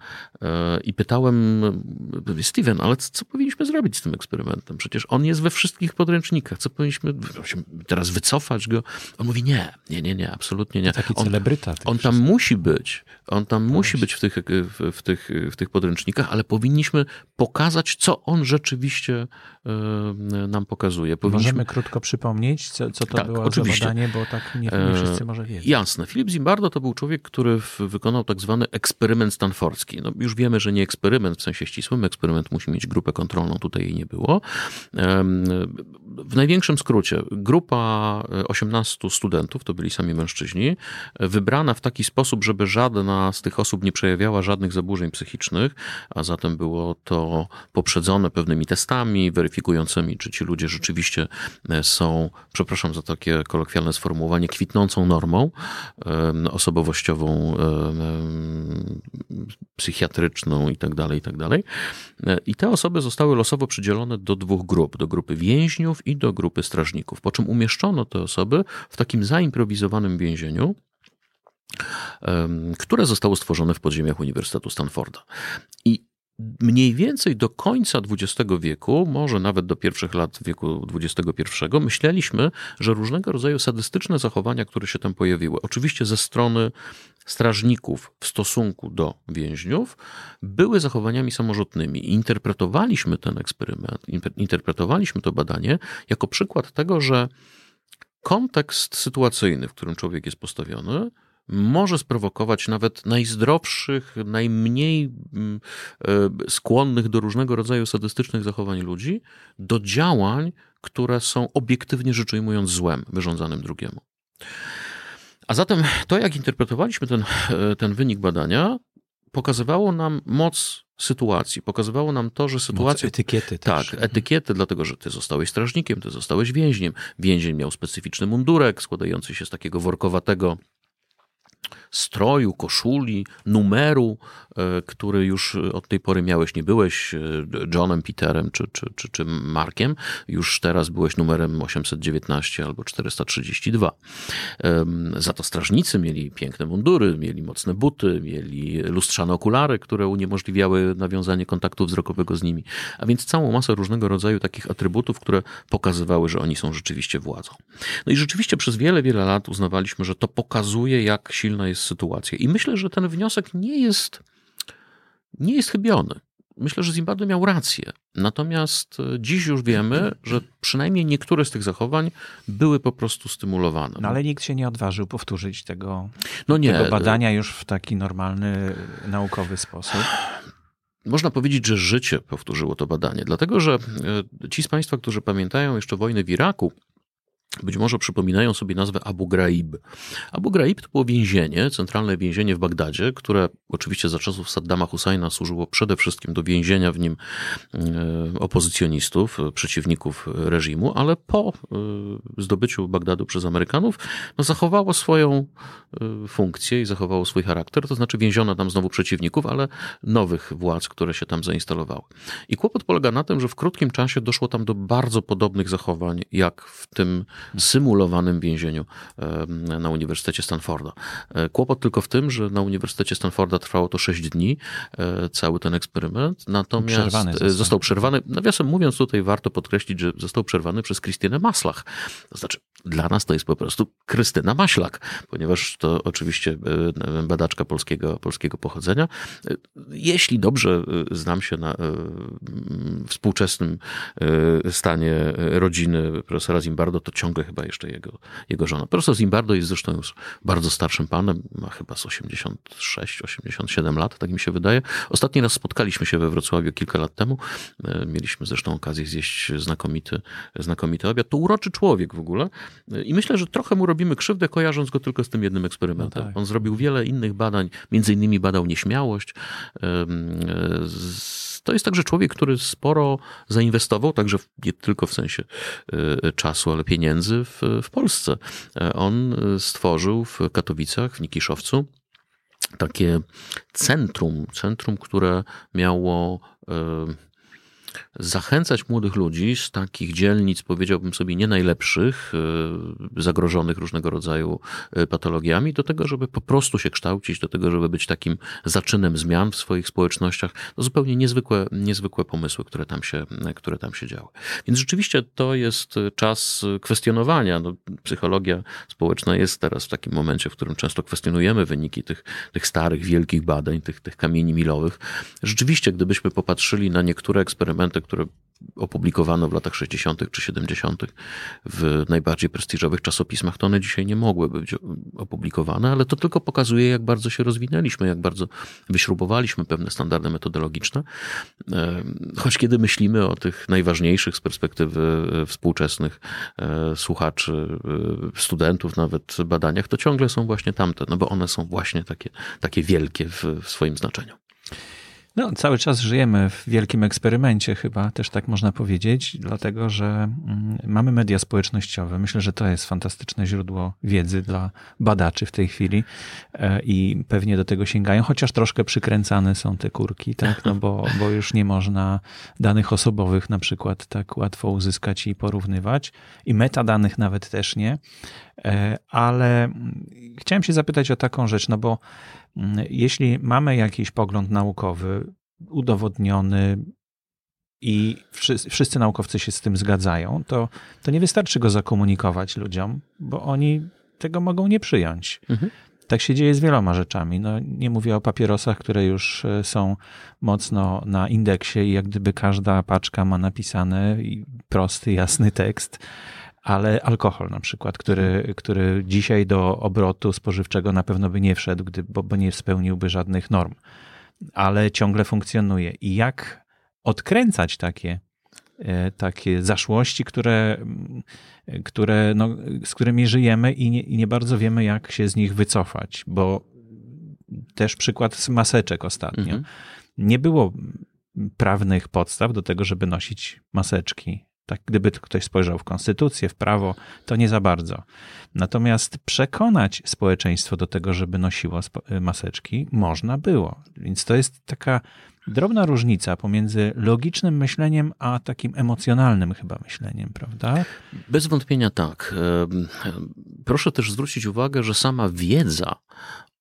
Speaker 3: i pytałem, Steven, ale co powinniśmy zrobić z tym eksperymentem? Przecież on jest we wszystkich podręcznikach. Co powinniśmy teraz wycofać go? On mówi nie, nie, nie, nie, absolutnie nie.
Speaker 1: Taki
Speaker 3: on,
Speaker 1: celebryta.
Speaker 3: On tam musi być. On tam musi być w tych, w, w, tych, w tych podręcznikach, ale powinniśmy pokazać, co on rzeczywiście y, nam pokazuje. Powinniśmy...
Speaker 1: Możemy krótko przypomnieć, co, co to
Speaker 3: tak,
Speaker 1: było
Speaker 3: oczywiście.
Speaker 1: za badanie, bo tak nie, nie wszyscy może wiedzieć.
Speaker 3: Jasne. Philip Zimbardo to był człowiek, który wykonał tak zwany eksperyment stanfordzki. No, już wiemy, że nie eksperyment w sensie ścisłym. Eksperyment musi mieć grupę kontrolną. Tutaj jej nie było. W największym skrócie, grupa osiemnastu studentów, to byli sami mężczyźni, wybrana w taki sposób, żeby żadna z tych osób nie przejawiała żadnych zaburzeń psychicznych, a zatem było to poprzedzone pewnymi testami weryfikującymi, czy ci ludzie rzeczywiście są, przepraszam za takie kolokwialne sformułowanie, kwitnącą normą osobowościową, psychiatryczną i tak dalej, i tak dalej. I te osoby zostały losowo przydzielone do dwóch grup, do grupy więźniów i do grupy strażników, po czym umieszczono te osoby w takim zaimprowizowanym więzieniu, które zostało stworzone w podziemiach Uniwersytetu Stanforda. I mniej więcej do końca dwudziestego wieku, może nawet do pierwszych lat wieku dwudziestego pierwszego, myśleliśmy, że różnego rodzaju sadystyczne zachowania, które się tam pojawiły, oczywiście ze strony strażników w stosunku do więźniów, były zachowaniami samorzutnymi. I interpretowaliśmy ten eksperyment, interpretowaliśmy to badanie jako przykład tego, że kontekst sytuacyjny, w którym człowiek jest postawiony, może sprowokować nawet najzdrowszych, najmniej skłonnych do różnego rodzaju sadystycznych zachowań ludzi do działań, które są obiektywnie rzecz ujmując złem wyrządzanym drugiemu. A zatem to, jak interpretowaliśmy ten, ten wynik badania, pokazywało nam moc sytuacji. Pokazywało nam to, że sytuacja...
Speaker 1: Moc etykiety też.
Speaker 3: Tak, etykiety, dlatego, że ty zostałeś strażnikiem, ty zostałeś więźniem. Więzień miał specyficzny mundurek składający się z takiego workowatego stroju, koszuli, numeru, który już od tej pory miałeś, nie byłeś Johnem, Peterem czy, czy, czy, czy Markiem, już teraz byłeś numerem osiemset dziewiętnaście albo czterysta trzydzieści dwa. Za to strażnicy mieli piękne mundury, mieli mocne buty, mieli lustrzane okulary, które uniemożliwiały nawiązanie kontaktu wzrokowego z nimi, a więc całą masę różnego rodzaju takich atrybutów, które pokazywały, że oni są rzeczywiście władzą. No i rzeczywiście przez wiele, wiele lat uznawaliśmy, że to pokazuje, jak silna jest sytuacja. I myślę, że ten wniosek nie jest, nie jest chybiony. myślę, że Zimbardo miał rację. Natomiast dziś już wiemy, że przynajmniej niektóre z tych zachowań były po prostu stymulowane.
Speaker 1: No ale nikt się nie odważył powtórzyć tego,
Speaker 3: no nie.
Speaker 1: tego badania już w taki normalny, naukowy sposób.
Speaker 3: Można powiedzieć, że życie powtórzyło to badanie, dlatego że ci z Państwa, którzy pamiętają jeszcze wojnę w Iraku, być może przypominają sobie nazwę Abu Ghraib. Abu Ghraib to było więzienie, centralne więzienie w Bagdadzie, które oczywiście za czasów Saddama Husajna służyło przede wszystkim do więzienia w nim opozycjonistów, przeciwników reżimu, ale po zdobyciu Bagdadu przez Amerykanów no, zachowało swoją funkcję i zachowało swój charakter, to znaczy więziono tam znowu przeciwników, ale nowych władz, które się tam zainstalowały. I kłopot polega na tym, że w krótkim czasie doszło tam do bardzo podobnych zachowań, jak w tym symulowanym więzieniu na Uniwersytecie Stanforda. Kłopot tylko w tym, że na Uniwersytecie Stanforda trwało to sześć dni, cały ten eksperyment, natomiast
Speaker 1: przerwany
Speaker 3: został.
Speaker 1: został
Speaker 3: przerwany. Nawiasem mówiąc, tutaj warto podkreślić, że został przerwany przez Krystynę Maslach. To znaczy, dla nas to jest po prostu Krystyna Maślak, ponieważ to oczywiście badaczka polskiego, polskiego pochodzenia. Jeśli dobrze znam się na współczesnym stanie rodziny profesora Zimbardo, to ciągle chyba jeszcze jego, jego żona. Profesor Zimbardo jest zresztą już bardzo starszym panem, ma chyba z osiemdziesiąt sześć osiemdziesiąt siedem lat, tak mi się wydaje. Ostatni raz spotkaliśmy się we Wrocławiu kilka lat temu. Mieliśmy zresztą okazję zjeść znakomity, znakomity obiad. To uroczy człowiek w ogóle i myślę, że trochę mu robimy krzywdę, kojarząc go tylko z tym jednym eksperymentem. No tak. On zrobił wiele innych badań, między innymi badał nieśmiałość. To jest także człowiek, który sporo zainwestował, także nie tylko w sensie czasu, ale pieniędzy w, w Polsce. On stworzył w Katowicach, w Nikiszowcu takie centrum, centrum, które miało zachęcać młodych ludzi z takich dzielnic, powiedziałbym sobie, nie najlepszych, zagrożonych różnego rodzaju patologiami, do tego, żeby po prostu się kształcić, do tego, żeby być takim zaczynem zmian w swoich społecznościach. To zupełnie niezwykłe, niezwykłe pomysły, które tam się, które tam się działy. Więc rzeczywiście to jest czas kwestionowania. No, psychologia społeczna jest teraz w takim momencie, w którym często kwestionujemy wyniki tych, tych starych, wielkich badań, tych, tych kamieni milowych. Rzeczywiście, gdybyśmy popatrzyli na niektóre eksperymenty, które opublikowano w latach sześćdziesiątych czy siedemdziesiątych w najbardziej prestiżowych czasopismach, to one dzisiaj nie mogłyby być opublikowane, ale to tylko pokazuje, jak bardzo się rozwinęliśmy, jak bardzo wyśrubowaliśmy pewne standardy metodologiczne. Choć kiedy myślimy o tych najważniejszych z perspektywy współczesnych słuchaczy, studentów nawet badaniach, to ciągle są właśnie tamte, no bo one są właśnie takie, takie wielkie w, w swoim znaczeniu.
Speaker 1: No, cały czas żyjemy w wielkim eksperymencie chyba, też tak można powiedzieć, dlatego że mamy media społecznościowe. Myślę, że to jest fantastyczne źródło wiedzy dla badaczy w tej chwili i pewnie do tego sięgają, chociaż troszkę przykręcane są te kurki, tak? No bo, bo już nie można danych osobowych na przykład tak łatwo uzyskać i porównywać i metadanych nawet też nie, ale chciałem się zapytać o taką rzecz, no bo jeśli mamy jakiś pogląd naukowy, udowodniony i wszyscy, wszyscy naukowcy się z tym zgadzają, to, to nie wystarczy go zakomunikować ludziom, bo oni tego mogą nie przyjąć. Mhm. Tak się dzieje z wieloma rzeczami. No, nie mówię o papierosach, które już są mocno na indeksie i jak gdyby każda paczka ma napisany prosty, jasny tekst, ale alkohol na przykład, który, który dzisiaj do obrotu spożywczego na pewno by nie wszedł, gdy, bo, bo nie spełniłby żadnych norm, ale ciągle funkcjonuje. I jak odkręcać takie, takie zaszłości, które, które, no, z którymi żyjemy i nie, i nie bardzo wiemy, jak się z nich wycofać, bo też przykład z maseczek ostatnio. Mhm. Nie było prawnych podstaw do tego, żeby nosić maseczki. Tak, gdyby ktoś spojrzał w konstytucję, w prawo, to nie za bardzo. Natomiast przekonać społeczeństwo do tego, żeby nosiło maseczki, można było. Więc to jest taka drobna różnica pomiędzy logicznym myśleniem, a takim emocjonalnym chyba myśleniem, prawda?
Speaker 3: Bez wątpienia tak. Proszę też zwrócić uwagę, że sama wiedza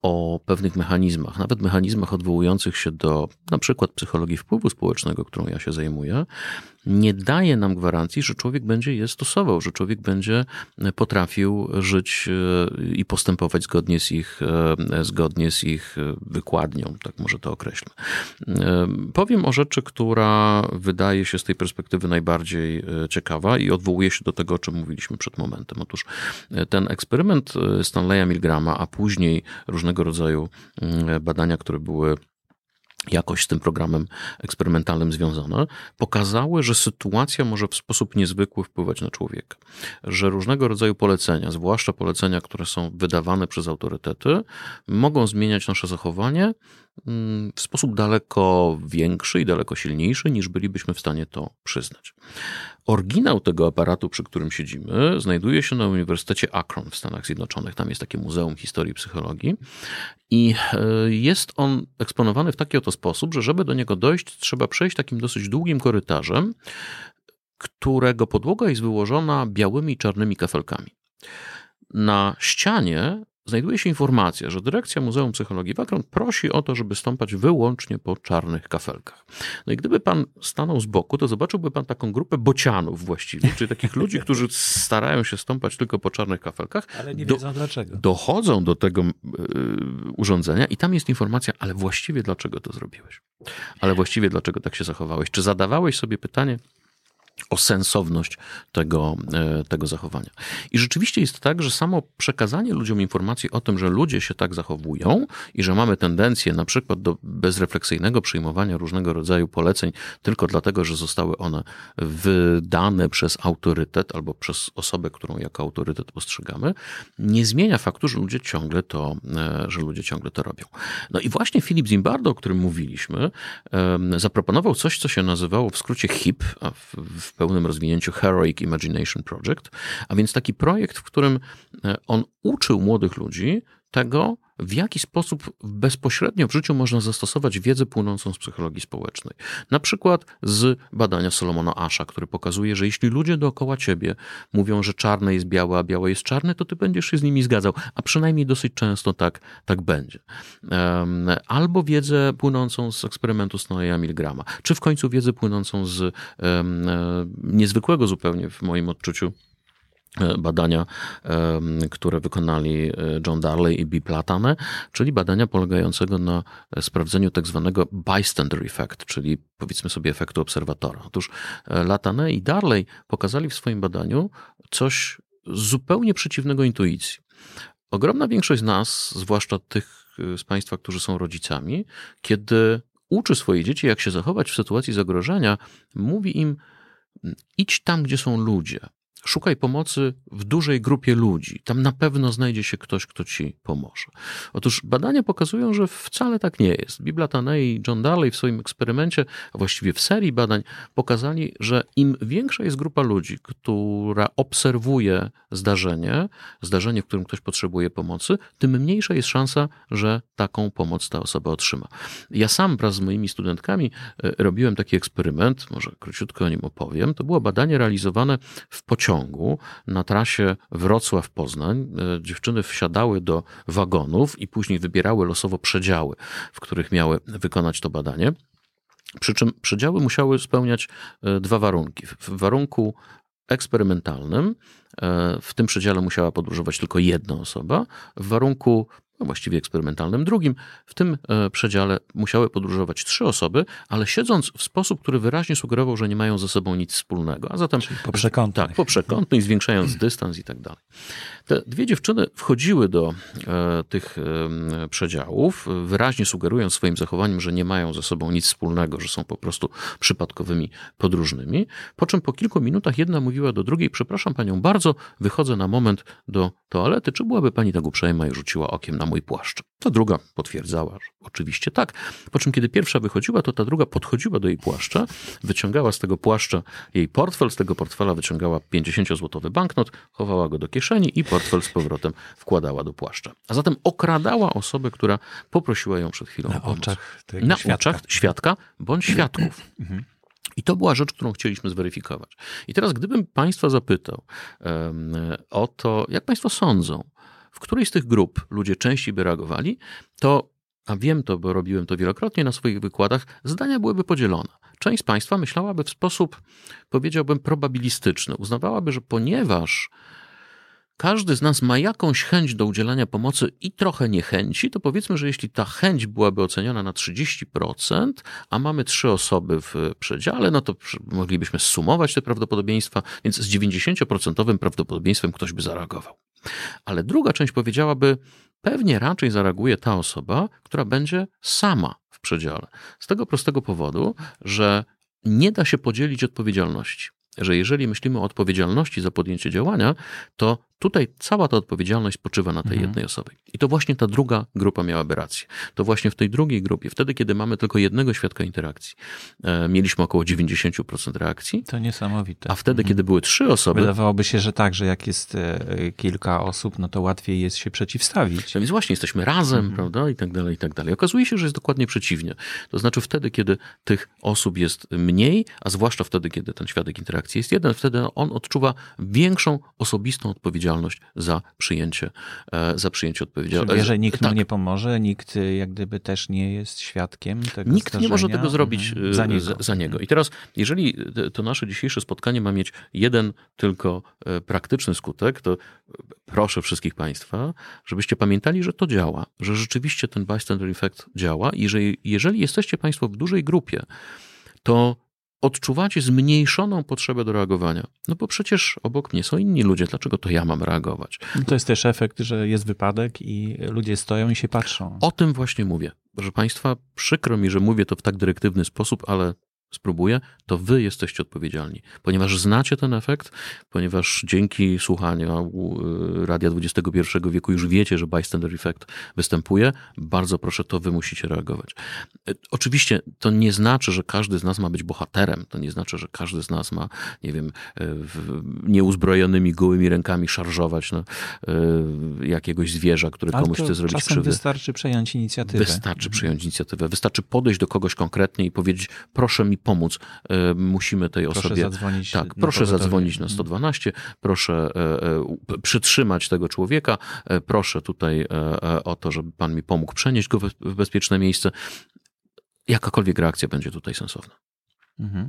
Speaker 3: o pewnych mechanizmach, nawet mechanizmach odwołujących się do na przykład psychologii wpływu społecznego, którą ja się zajmuję, nie daje nam gwarancji, że człowiek będzie je stosował, że człowiek będzie potrafił żyć i postępować zgodnie z ich, zgodnie z ich wykładnią, tak może to określmy. Powiem o rzeczy, która wydaje się z tej perspektywy najbardziej ciekawa i odwołuje się do tego, o czym mówiliśmy przed momentem. Otóż ten eksperyment Stanleya Milgrama, a później różnego rodzaju badania, które były jakoś z tym programem eksperymentalnym związane, pokazały, że sytuacja może w sposób niezwykły wpływać na człowieka. Że różnego rodzaju polecenia, zwłaszcza polecenia, które są wydawane przez autorytety, mogą zmieniać nasze zachowanie w sposób daleko większy i daleko silniejszy, niż bylibyśmy w stanie to przyznać. Oryginał tego aparatu, przy którym siedzimy, znajduje się na Uniwersytecie Akron w Stanach Zjednoczonych. Tam jest takie Muzeum Historii Psychologii i jest on eksponowany w taki oto sposób, że żeby do niego dojść, trzeba przejść takim dosyć długim korytarzem, którego podłoga jest wyłożona białymi i czarnymi kafelkami. Na ścianie znajduje się informacja, że dyrekcja Muzeum Psychologii w Akron prosi o to, żeby stąpać wyłącznie po czarnych kafelkach. No i gdyby pan stanął z boku, to zobaczyłby pan taką grupę bocianów właściwie, czyli takich ludzi, którzy starają się stąpać tylko po czarnych kafelkach.
Speaker 1: Ale nie wiedzą do, dlaczego.
Speaker 3: Dochodzą do tego y, urządzenia i tam jest informacja, ale właściwie dlaczego to zrobiłeś? Ale właściwie dlaczego tak się zachowałeś? Czy zadawałeś sobie pytanie o sensowność tego, tego zachowania. I rzeczywiście jest tak, że samo przekazanie ludziom informacji o tym, że ludzie się tak zachowują i że mamy tendencję na przykład do bezrefleksyjnego przyjmowania różnego rodzaju poleceń tylko dlatego, że zostały one wydane przez autorytet albo przez osobę, którą jako autorytet postrzegamy, nie zmienia faktu, że ludzie ciągle to, że ludzie ciągle to robią. No i właśnie Philip Zimbardo, o którym mówiliśmy, zaproponował coś, co się nazywało w skrócie H I P, a w, w pełnym rozwinięciu Heroic Imagination Project, a więc taki projekt, w którym on uczył młodych ludzi tego, w jaki sposób bezpośrednio w życiu można zastosować wiedzę płynącą z psychologii społecznej. Na przykład z badania Solomona Asha, który pokazuje, że jeśli ludzie dookoła ciebie mówią, że czarne jest białe, a białe jest czarne, to ty będziesz się z nimi zgadzał, a przynajmniej dosyć często tak, tak będzie. Albo wiedzę płynącą z eksperymentu Stanleya Milgrama, czy w końcu wiedzę płynącą z um, niezwykłego zupełnie w moim odczuciu badania, które wykonali John Darley i Bill Latane, czyli badania polegającego na sprawdzeniu tak zwanego bystander effect, czyli powiedzmy sobie efektu obserwatora. Otóż Latane i Darley pokazali w swoim badaniu coś zupełnie przeciwnego intuicji. Ogromna większość z nas, zwłaszcza tych z Państwa, którzy są rodzicami, kiedy uczy swoje dzieci, jak się zachować w sytuacji zagrożenia, mówi im: idź tam, gdzie są ludzie. Szukaj pomocy w dużej grupie ludzi. Tam na pewno znajdzie się ktoś, kto ci pomoże. Otóż badania pokazują, że wcale tak nie jest. Bill Latane i John Darley w swoim eksperymencie, a właściwie w serii badań, pokazali, że im większa jest grupa ludzi, która obserwuje zdarzenie, zdarzenie, w którym ktoś potrzebuje pomocy, tym mniejsza jest szansa, że taką pomoc ta osoba otrzyma. Ja sam wraz z moimi studentkami robiłem taki eksperyment, może króciutko o nim opowiem. To było badanie realizowane w pociągu na trasie Wrocław-Poznań. Dziewczyny wsiadały do wagonów i później wybierały losowo przedziały, w których miały wykonać to badanie. Przy czym przedziały musiały spełniać dwa warunki. W warunku eksperymentalnym w tym przedziale musiała podróżować tylko jedna osoba. W warunku no właściwie eksperymentalnym drugim, w tym przedziale musiały podróżować trzy osoby, ale siedząc w sposób, który wyraźnie sugerował, że nie mają ze sobą nic wspólnego. A zatem
Speaker 1: czyli poprzekątnych.
Speaker 3: Tak, poprzekątnych, zwiększając dystans i tak dalej. Te dwie dziewczyny wchodziły do e, tych e, przedziałów, wyraźnie sugerując swoim zachowaniem, że nie mają ze sobą nic wspólnego, że są po prostu przypadkowymi podróżnymi. Po czym po kilku minutach jedna mówiła do drugiej: przepraszam panią bardzo, wychodzę na moment do toalety, czy byłaby pani tak uprzejma, i rzuciła okiem na mój płaszcz. Ta druga potwierdzała, że oczywiście tak. Po czym kiedy pierwsza wychodziła, to ta druga podchodziła do jej płaszcza, wyciągała z tego płaszcza jej portfel, z tego portfela wyciągała pięćdziesięciozłotowy banknot, chowała go do kieszeni i portfel z powrotem wkładała do płaszcza. A zatem okradała osobę, która poprosiła ją przed chwilą
Speaker 1: na
Speaker 3: o pomoc.
Speaker 1: Oczach tego
Speaker 3: na
Speaker 1: świadka.
Speaker 3: oczach świadka bądź świadków. I to była rzecz, którą chcieliśmy zweryfikować. I teraz gdybym państwa zapytał um, o to, jak państwo sądzą, w której z tych grup ludzie częściej by reagowali, to, a wiem to, bo robiłem to wielokrotnie na swoich wykładach, zdania byłyby podzielone. Część z Państwa myślałaby w sposób, powiedziałbym, probabilistyczny. Uznawałaby, że ponieważ każdy z nas ma jakąś chęć do udzielania pomocy i trochę niechęci, to powiedzmy, że jeśli ta chęć byłaby oceniona na trzydzieści procent, a mamy trzy osoby w przedziale, no to moglibyśmy zsumować te prawdopodobieństwa, więc z dziewięćdziesięcioprocentowym prawdopodobieństwem ktoś by zareagował. Ale druga część powiedziałaby, pewnie raczej zareaguje ta osoba, która będzie sama w przedziale. Z tego prostego powodu, że nie da się podzielić odpowiedzialności. Że jeżeli myślimy o odpowiedzialności za podjęcie działania, to tutaj cała ta odpowiedzialność spoczywa na tej mhm. jednej osobie. I to właśnie ta druga grupa miałaby rację. To właśnie w tej drugiej grupie, wtedy kiedy mamy tylko jednego świadka interakcji, e, mieliśmy około dziewięćdziesiąt procent reakcji.
Speaker 1: To niesamowite.
Speaker 3: A wtedy,
Speaker 1: mhm.
Speaker 3: kiedy były trzy osoby...
Speaker 1: Wydawałoby się, że tak, że jak jest e, kilka osób, no to łatwiej jest się przeciwstawić.
Speaker 3: No więc właśnie, jesteśmy razem, mhm. prawda, i tak dalej, i tak dalej. Okazuje się, że jest dokładnie przeciwnie. To znaczy wtedy, kiedy tych osób jest mniej, a zwłaszcza wtedy, kiedy ten świadek interakcji jest jeden, wtedy on odczuwa większą osobistą odpowiedzialność za przyjęcie, za przyjęcie odpowiedzialności.
Speaker 1: Wie, że nikt tak. mu nie pomoże, nikt jak gdyby też nie jest świadkiem tego
Speaker 3: Nikt
Speaker 1: zdarzenia.
Speaker 3: nie może tego zrobić mhm.
Speaker 1: za, niego.
Speaker 3: Za, za niego. I teraz, jeżeli to nasze dzisiejsze spotkanie ma mieć jeden tylko praktyczny skutek, to proszę wszystkich Państwa, żebyście pamiętali, że to działa, że rzeczywiście ten bystander effect działa i że jeżeli jesteście Państwo w dużej grupie, to odczuwacie zmniejszoną potrzebę do reagowania. No bo przecież obok mnie są inni ludzie, dlaczego to ja mam reagować?
Speaker 1: No to jest też efekt, że jest wypadek i ludzie stoją i się patrzą.
Speaker 3: O tym właśnie mówię. Proszę Państwa, przykro mi, że mówię to w tak dyrektywny sposób, ale spróbuję, to wy jesteście odpowiedzialni. Ponieważ znacie ten efekt, ponieważ dzięki słuchaniu Radia dwudziestego pierwszego wieku już wiecie, że bystander effect występuje, bardzo proszę, to wy musicie reagować. Oczywiście to nie znaczy, że każdy z nas ma być bohaterem, to nie znaczy, że każdy z nas ma, nie wiem, nieuzbrojonymi, gołymi rękami szarżować na jakiegoś zwierza, które
Speaker 1: Ale
Speaker 3: komuś chce zrobić
Speaker 1: czasem
Speaker 3: krzywdę.
Speaker 1: wystarczy przejąć inicjatywę.
Speaker 3: Wystarczy przejąć inicjatywę. Wystarczy podejść do kogoś konkretnie i powiedzieć, proszę mi pomóc, musimy tej
Speaker 1: proszę
Speaker 3: osobie...
Speaker 1: Zadzwonić
Speaker 3: tak, proszę zadzwonić na sto dwanaście, proszę przytrzymać tego człowieka, proszę tutaj o to, żeby pan mi pomógł przenieść go w bezpieczne miejsce. Jakakolwiek reakcja będzie tutaj sensowna.
Speaker 1: Mhm.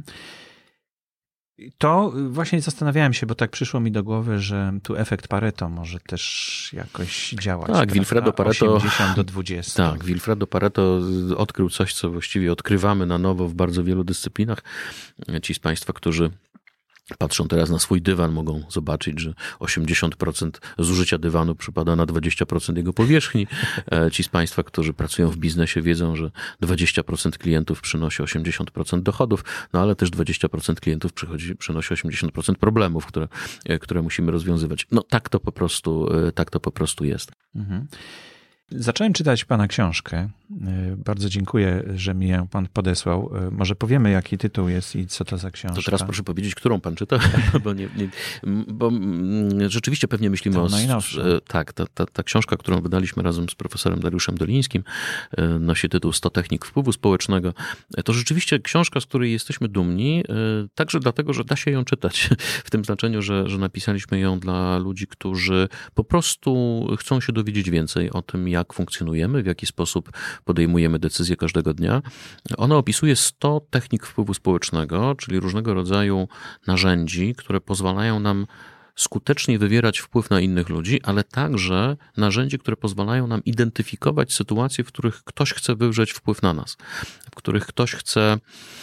Speaker 1: To właśnie zastanawiałem się, bo tak przyszło mi do głowy, że tu efekt Pareto może też jakoś działać.
Speaker 3: Tak, Wilfredo Pareto.
Speaker 1: osiemdziesiąt do dwudziestu.
Speaker 3: Tak, Wilfredo Pareto odkrył coś, co właściwie odkrywamy na nowo w bardzo wielu dyscyplinach. Ci z Państwa, którzy patrzą teraz na swój dywan, mogą zobaczyć, że osiemdziesiąt procent zużycia dywanu przypada na dwadzieścia procent jego powierzchni. Ci z Państwa, którzy pracują w biznesie, wiedzą, że dwadzieścia procent klientów przynosi osiemdziesiąt procent dochodów, no ale też dwadzieścia procent klientów przychodzi, przynosi osiemdziesiąt procent problemów, które, które musimy rozwiązywać. No tak to po prostu, tak to po prostu jest. Mhm.
Speaker 1: Zacząłem czytać pana książkę. Bardzo dziękuję, że mi ją pan podesłał. Może powiemy, jaki tytuł jest i co to za książka.
Speaker 3: To teraz proszę powiedzieć, którą pan czyta, bo, nie, nie, bo rzeczywiście pewnie myślimy
Speaker 1: to
Speaker 3: o...
Speaker 1: najnowszą.
Speaker 3: Tak, ta, ta, ta książka, którą wydaliśmy razem z profesorem Dariuszem Dolińskim, nosi tytuł sto technik wpływu społecznego. To rzeczywiście książka, z której jesteśmy dumni, także dlatego, że da się ją czytać. W tym znaczeniu, że, że napisaliśmy ją dla ludzi, którzy po prostu chcą się dowiedzieć więcej o tym, jak funkcjonujemy, w jaki sposób podejmujemy decyzje każdego dnia. Ona opisuje sto technik wpływu społecznego, czyli różnego rodzaju narzędzi, które pozwalają nam skutecznie wywierać wpływ na innych ludzi, ale także narzędzi, które pozwalają nam identyfikować sytuacje, w których ktoś chce wywrzeć wpływ na nas, w których ktoś chce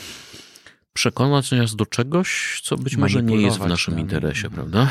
Speaker 3: przekonać nas do czegoś, co być może nie jest w naszym nami. interesie, prawda?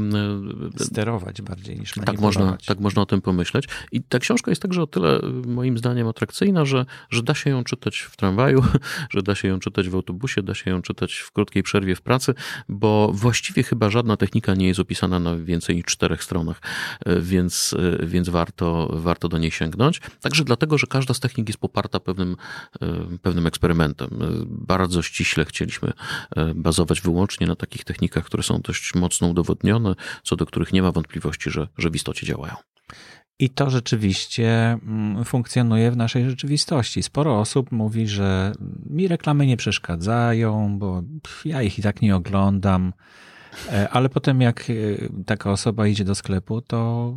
Speaker 1: Sterować bardziej niż
Speaker 3: tak można, tak można o tym pomyśleć. I ta książka jest także o tyle moim zdaniem atrakcyjna, że, że da się ją czytać w tramwaju, że da się ją czytać w autobusie, da się ją czytać w krótkiej przerwie w pracy, bo właściwie chyba żadna technika nie jest opisana na więcej niż czterech stronach, więc, więc warto, warto do niej sięgnąć. Także dlatego, że każda z technik jest poparta pewnym, pewnym eksperymentem. Bardzo ściśle chcieliśmy bazować wyłącznie na takich technikach, które są dość mocno udowodnione, co do których nie ma wątpliwości, że, że w istocie działają.
Speaker 1: I to rzeczywiście funkcjonuje w naszej rzeczywistości. Sporo osób mówi, że mi reklamy nie przeszkadzają, bo ja ich i tak nie oglądam, ale potem jak taka osoba idzie do sklepu, to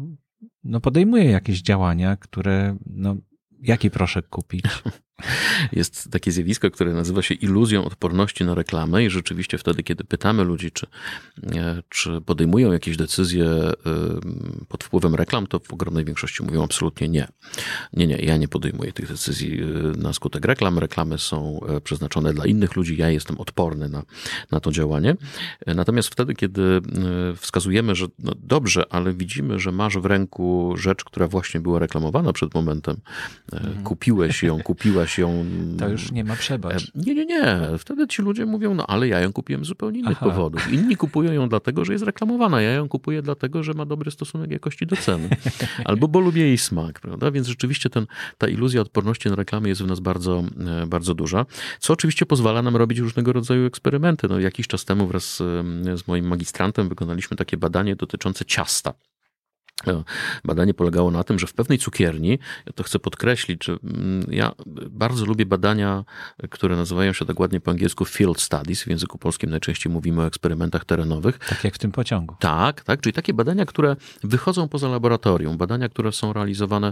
Speaker 1: no podejmuje jakieś działania, które, no jaki proszek kupić?
Speaker 3: Jest takie zjawisko, które nazywa się iluzją odporności na reklamę i rzeczywiście wtedy, kiedy pytamy ludzi, czy, czy podejmują jakieś decyzje pod wpływem reklam, to w ogromnej większości mówią absolutnie nie. Nie, nie, ja nie podejmuję tych decyzji na skutek reklam. Reklamy są przeznaczone dla innych ludzi, ja jestem odporny na, na to działanie. Natomiast wtedy, kiedy wskazujemy, że no dobrze, ale widzimy, że masz w ręku rzecz, która właśnie była reklamowana przed momentem, mhm. kupiłeś ją, kupiłaś ją.
Speaker 1: To już nie ma przebacz.
Speaker 3: Nie, nie, nie. Wtedy ci ludzie mówią, no ale ja ją kupiłem z zupełnie innych
Speaker 1: Aha.
Speaker 3: powodów. Inni kupują ją dlatego, że jest reklamowana. Ja ją kupuję dlatego, że ma dobry stosunek jakości do ceny. Albo bo lubię jej smak, prawda? Więc rzeczywiście ten, ta iluzja odporności na reklamy jest w nas bardzo, bardzo duża. Co oczywiście pozwala nam robić różnego rodzaju eksperymenty. No, jakiś czas temu wraz z, z moim magistrantem wykonaliśmy takie badanie dotyczące ciasta. Badanie polegało na tym, że w pewnej cukierni, ja to chcę podkreślić, że ja bardzo lubię badania, które nazywają się tak ładnie po angielsku field studies, w języku polskim najczęściej mówimy o eksperymentach terenowych.
Speaker 1: Tak jak w tym pociągu.
Speaker 3: Tak, tak, czyli takie badania, które wychodzą poza laboratorium, badania, które są realizowane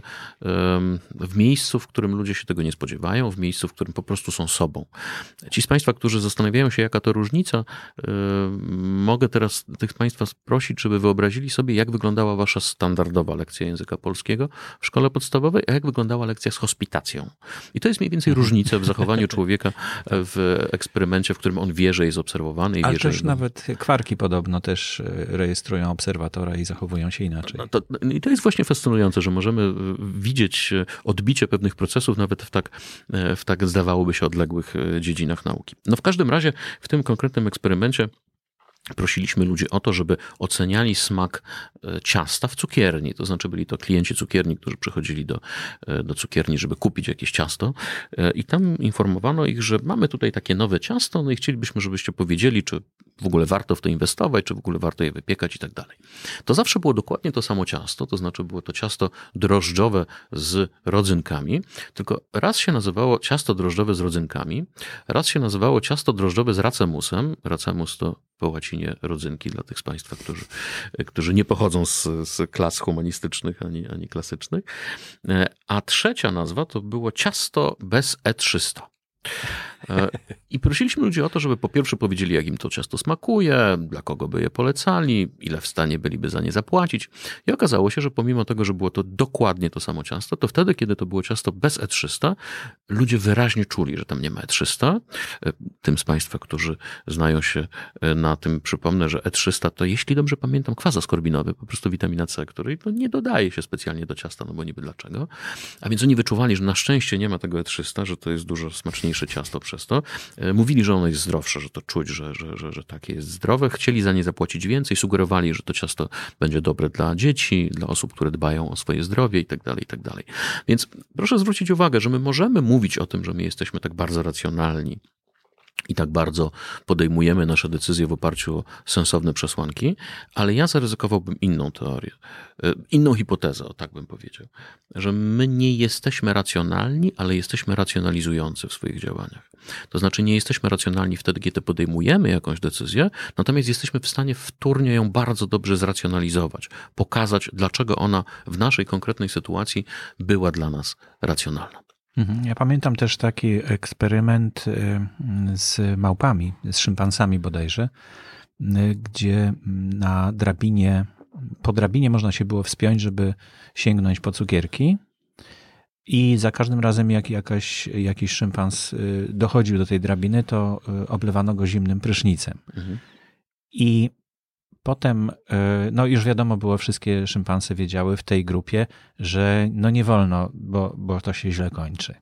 Speaker 3: w miejscu, w którym ludzie się tego nie spodziewają, w miejscu, w którym po prostu są sobą. Ci z Państwa, którzy zastanawiają się, jaka to różnica, mogę teraz tych Państwa prosić, żeby wyobrazili sobie, jak wyglądała wasza standardowa lekcja języka polskiego w szkole podstawowej, a jak wyglądała lekcja z hospitacją. I to jest mniej więcej różnica w zachowaniu człowieka w eksperymencie, w którym on wie, że jest obserwowany. I
Speaker 1: Ale
Speaker 3: wie,
Speaker 1: też
Speaker 3: że...
Speaker 1: nawet kwarki podobno też rejestrują obserwatora i zachowują się inaczej.
Speaker 3: No to, I to jest właśnie fascynujące, że możemy widzieć odbicie pewnych procesów nawet w tak, w tak zdawałoby się odległych dziedzinach nauki. No w każdym razie w tym konkretnym eksperymencie prosiliśmy ludzi o to, żeby oceniali smak ciasta w cukierni. To znaczy byli to klienci cukierni, którzy przychodzili do, do cukierni, żeby kupić jakieś ciasto i tam informowano ich, że mamy tutaj takie nowe ciasto, no i chcielibyśmy, żebyście powiedzieli, czy w ogóle warto w to inwestować, czy w ogóle warto je wypiekać i tak dalej. To zawsze było dokładnie to samo ciasto, to znaczy było to ciasto drożdżowe z rodzynkami, tylko raz się nazywało ciasto drożdżowe z rodzynkami, raz się nazywało ciasto drożdżowe z racemusem. Racemus to po łacinie rodzynki dla tych z Państwa, którzy, którzy nie pochodzą z, z klas humanistycznych ani, ani klasycznych. A trzecia nazwa to było ciasto bez E trzysta. I prosiliśmy ludzi o to, żeby po pierwsze powiedzieli, jak im to ciasto smakuje, dla kogo by je polecali, ile w stanie byliby za nie zapłacić. I okazało się, że pomimo tego, że było to dokładnie to samo ciasto, to wtedy, kiedy to było ciasto bez E trzysta, ludzie wyraźnie czuli, że tam nie ma E trzysta. Tym z Państwa, którzy znają się na tym, przypomnę, że E trzysta to, jeśli dobrze pamiętam, kwas askorbinowy, po prostu witamina C, której no, nie dodaje się specjalnie do ciasta, no bo niby dlaczego. A więc oni wyczuwali, że na szczęście nie ma tego E trzysta, że to jest dużo smaczniejsze ciasto przez to. Mówili, że ono jest zdrowsze, że to czuć, że, że, że, że takie jest zdrowe. Chcieli za nie zapłacić więcej, sugerowali, że to ciasto będzie dobre dla dzieci, dla osób, które dbają o swoje zdrowie i tak dalej, i tak dalej. Więc proszę zwrócić uwagę, że my możemy mówić o tym, że my jesteśmy tak bardzo racjonalni i tak bardzo podejmujemy nasze decyzje w oparciu o sensowne przesłanki, ale ja zaryzykowałbym inną teorię, inną hipotezę, o tak bym powiedział, że my nie jesteśmy racjonalni, ale jesteśmy racjonalizujący w swoich działaniach. To znaczy nie jesteśmy racjonalni wtedy, kiedy podejmujemy jakąś decyzję, natomiast jesteśmy w stanie wtórnie ją bardzo dobrze zracjonalizować, pokazać, dlaczego ona w naszej konkretnej sytuacji była dla nas racjonalna.
Speaker 1: Ja pamiętam też taki eksperyment z małpami, z szympansami bodajże, gdzie na drabinie, po drabinie można się było wspiąć, żeby sięgnąć po cukierki i za każdym razem jak jakaś, jakiś szympans dochodził do tej drabiny, to oblewano go zimnym prysznicem. Mhm. I potem, no już wiadomo było, wszystkie szympansy wiedziały w tej grupie, że no nie wolno, bo, bo to się źle kończy.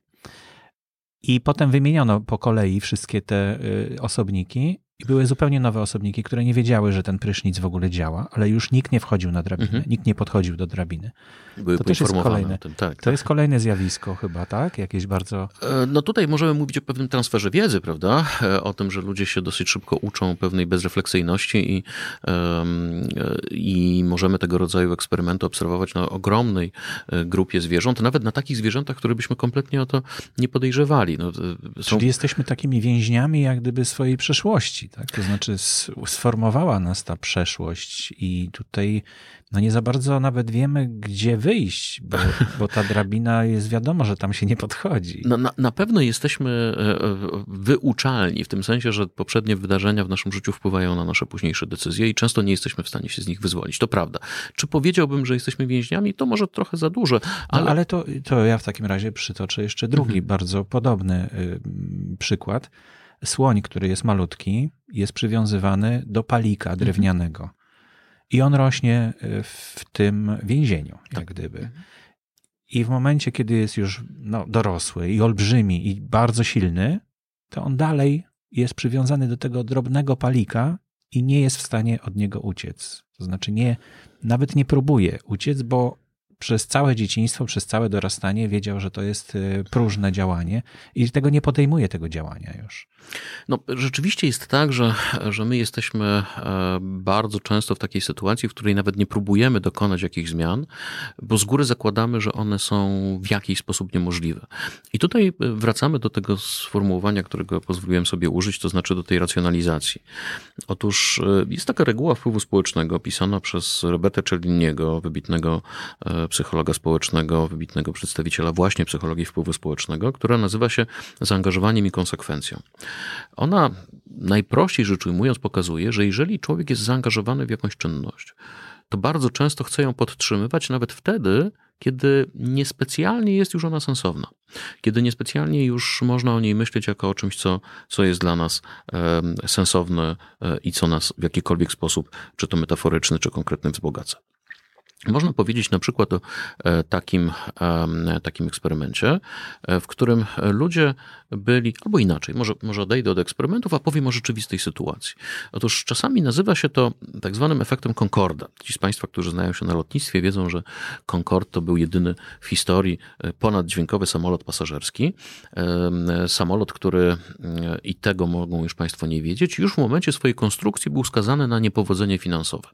Speaker 1: I potem wymieniono po kolei wszystkie te osobniki i były zupełnie nowe osobniki, które nie wiedziały, że ten prysznic w ogóle działa, ale już nikt nie wchodził na drabinę, mhm. nikt nie podchodził do drabiny.
Speaker 3: Były
Speaker 1: to też jest kolejne,
Speaker 3: o tym, tak.
Speaker 1: To jest kolejne zjawisko chyba, tak? Jakieś bardzo...
Speaker 3: No tutaj możemy mówić o pewnym transferze wiedzy, prawda? O tym, że ludzie się dosyć szybko uczą pewnej bezrefleksyjności i, um, i możemy tego rodzaju eksperymenty obserwować na ogromnej grupie zwierząt, nawet na takich zwierzętach, które byśmy kompletnie o to nie podejrzewali. No, są...
Speaker 1: Czyli jesteśmy takimi więźniami jak gdyby swojej przeszłości, tak? To znaczy sformowała nas ta przeszłość i tutaj no nie za bardzo nawet wiemy, gdzie wyjść, bo, bo ta drabina jest wiadomo, że tam się nie podchodzi.
Speaker 3: No, na, na pewno jesteśmy wyuczalni, w tym sensie, że poprzednie wydarzenia w naszym życiu wpływają na nasze późniejsze decyzje i często nie jesteśmy w stanie się z nich wyzwolić. To prawda. Czy powiedziałbym, że jesteśmy więźniami? To może trochę za dużo. Ale,
Speaker 1: no, ale to, to ja w takim razie przytoczę jeszcze drugi, mhm. bardzo podobny y, przykład. Słoń, który jest malutki, jest przywiązywany do palika drewnianego. Mhm. I on rośnie w tym więzieniu, jak tak. gdyby. I w momencie, kiedy jest już no, dorosły i olbrzymi i bardzo silny, to on dalej jest przywiązany do tego drobnego palika i nie jest w stanie od niego uciec. To znaczy nie, nawet nie próbuje uciec, bo przez całe dzieciństwo, przez całe dorastanie wiedział, że to jest próżne działanie i tego nie podejmuje tego działania już.
Speaker 3: No, rzeczywiście jest tak, że, że my jesteśmy bardzo często w takiej sytuacji, w której nawet nie próbujemy dokonać jakichś zmian, bo z góry zakładamy, że one są w jakiś sposób niemożliwe. I tutaj wracamy do tego sformułowania, którego pozwoliłem sobie użyć, to znaczy do tej racjonalizacji. Otóż jest taka reguła wpływu społecznego pisana przez Roberta Cialdiniego, wybitnego psychologa społecznego, wybitnego przedstawiciela właśnie psychologii wpływu społecznego, która nazywa się zaangażowaniem i konsekwencją. Ona najprościej rzecz ujmując pokazuje, że jeżeli człowiek jest zaangażowany w jakąś czynność, to bardzo często chce ją podtrzymywać nawet wtedy, kiedy niespecjalnie jest już ona sensowna. Kiedy niespecjalnie już można o niej myśleć jako o czymś, co, co jest dla nas e, sensowne e, i co nas w jakikolwiek sposób, czy to metaforyczny, czy konkretny, wzbogaca. Można powiedzieć na przykład o takim, takim eksperymencie, w którym ludzie byli, albo inaczej, może, może odejdę od eksperymentów, a powiem o rzeczywistej sytuacji. Otóż czasami nazywa się to tak zwanym efektem Concorda. Ci z Państwa, którzy znają się na lotnictwie, wiedzą, że Concorde to był jedyny w historii ponaddźwiękowy samolot pasażerski. Samolot, który, i tego mogą już Państwo nie wiedzieć, już w momencie swojej konstrukcji był skazany na niepowodzenie finansowe.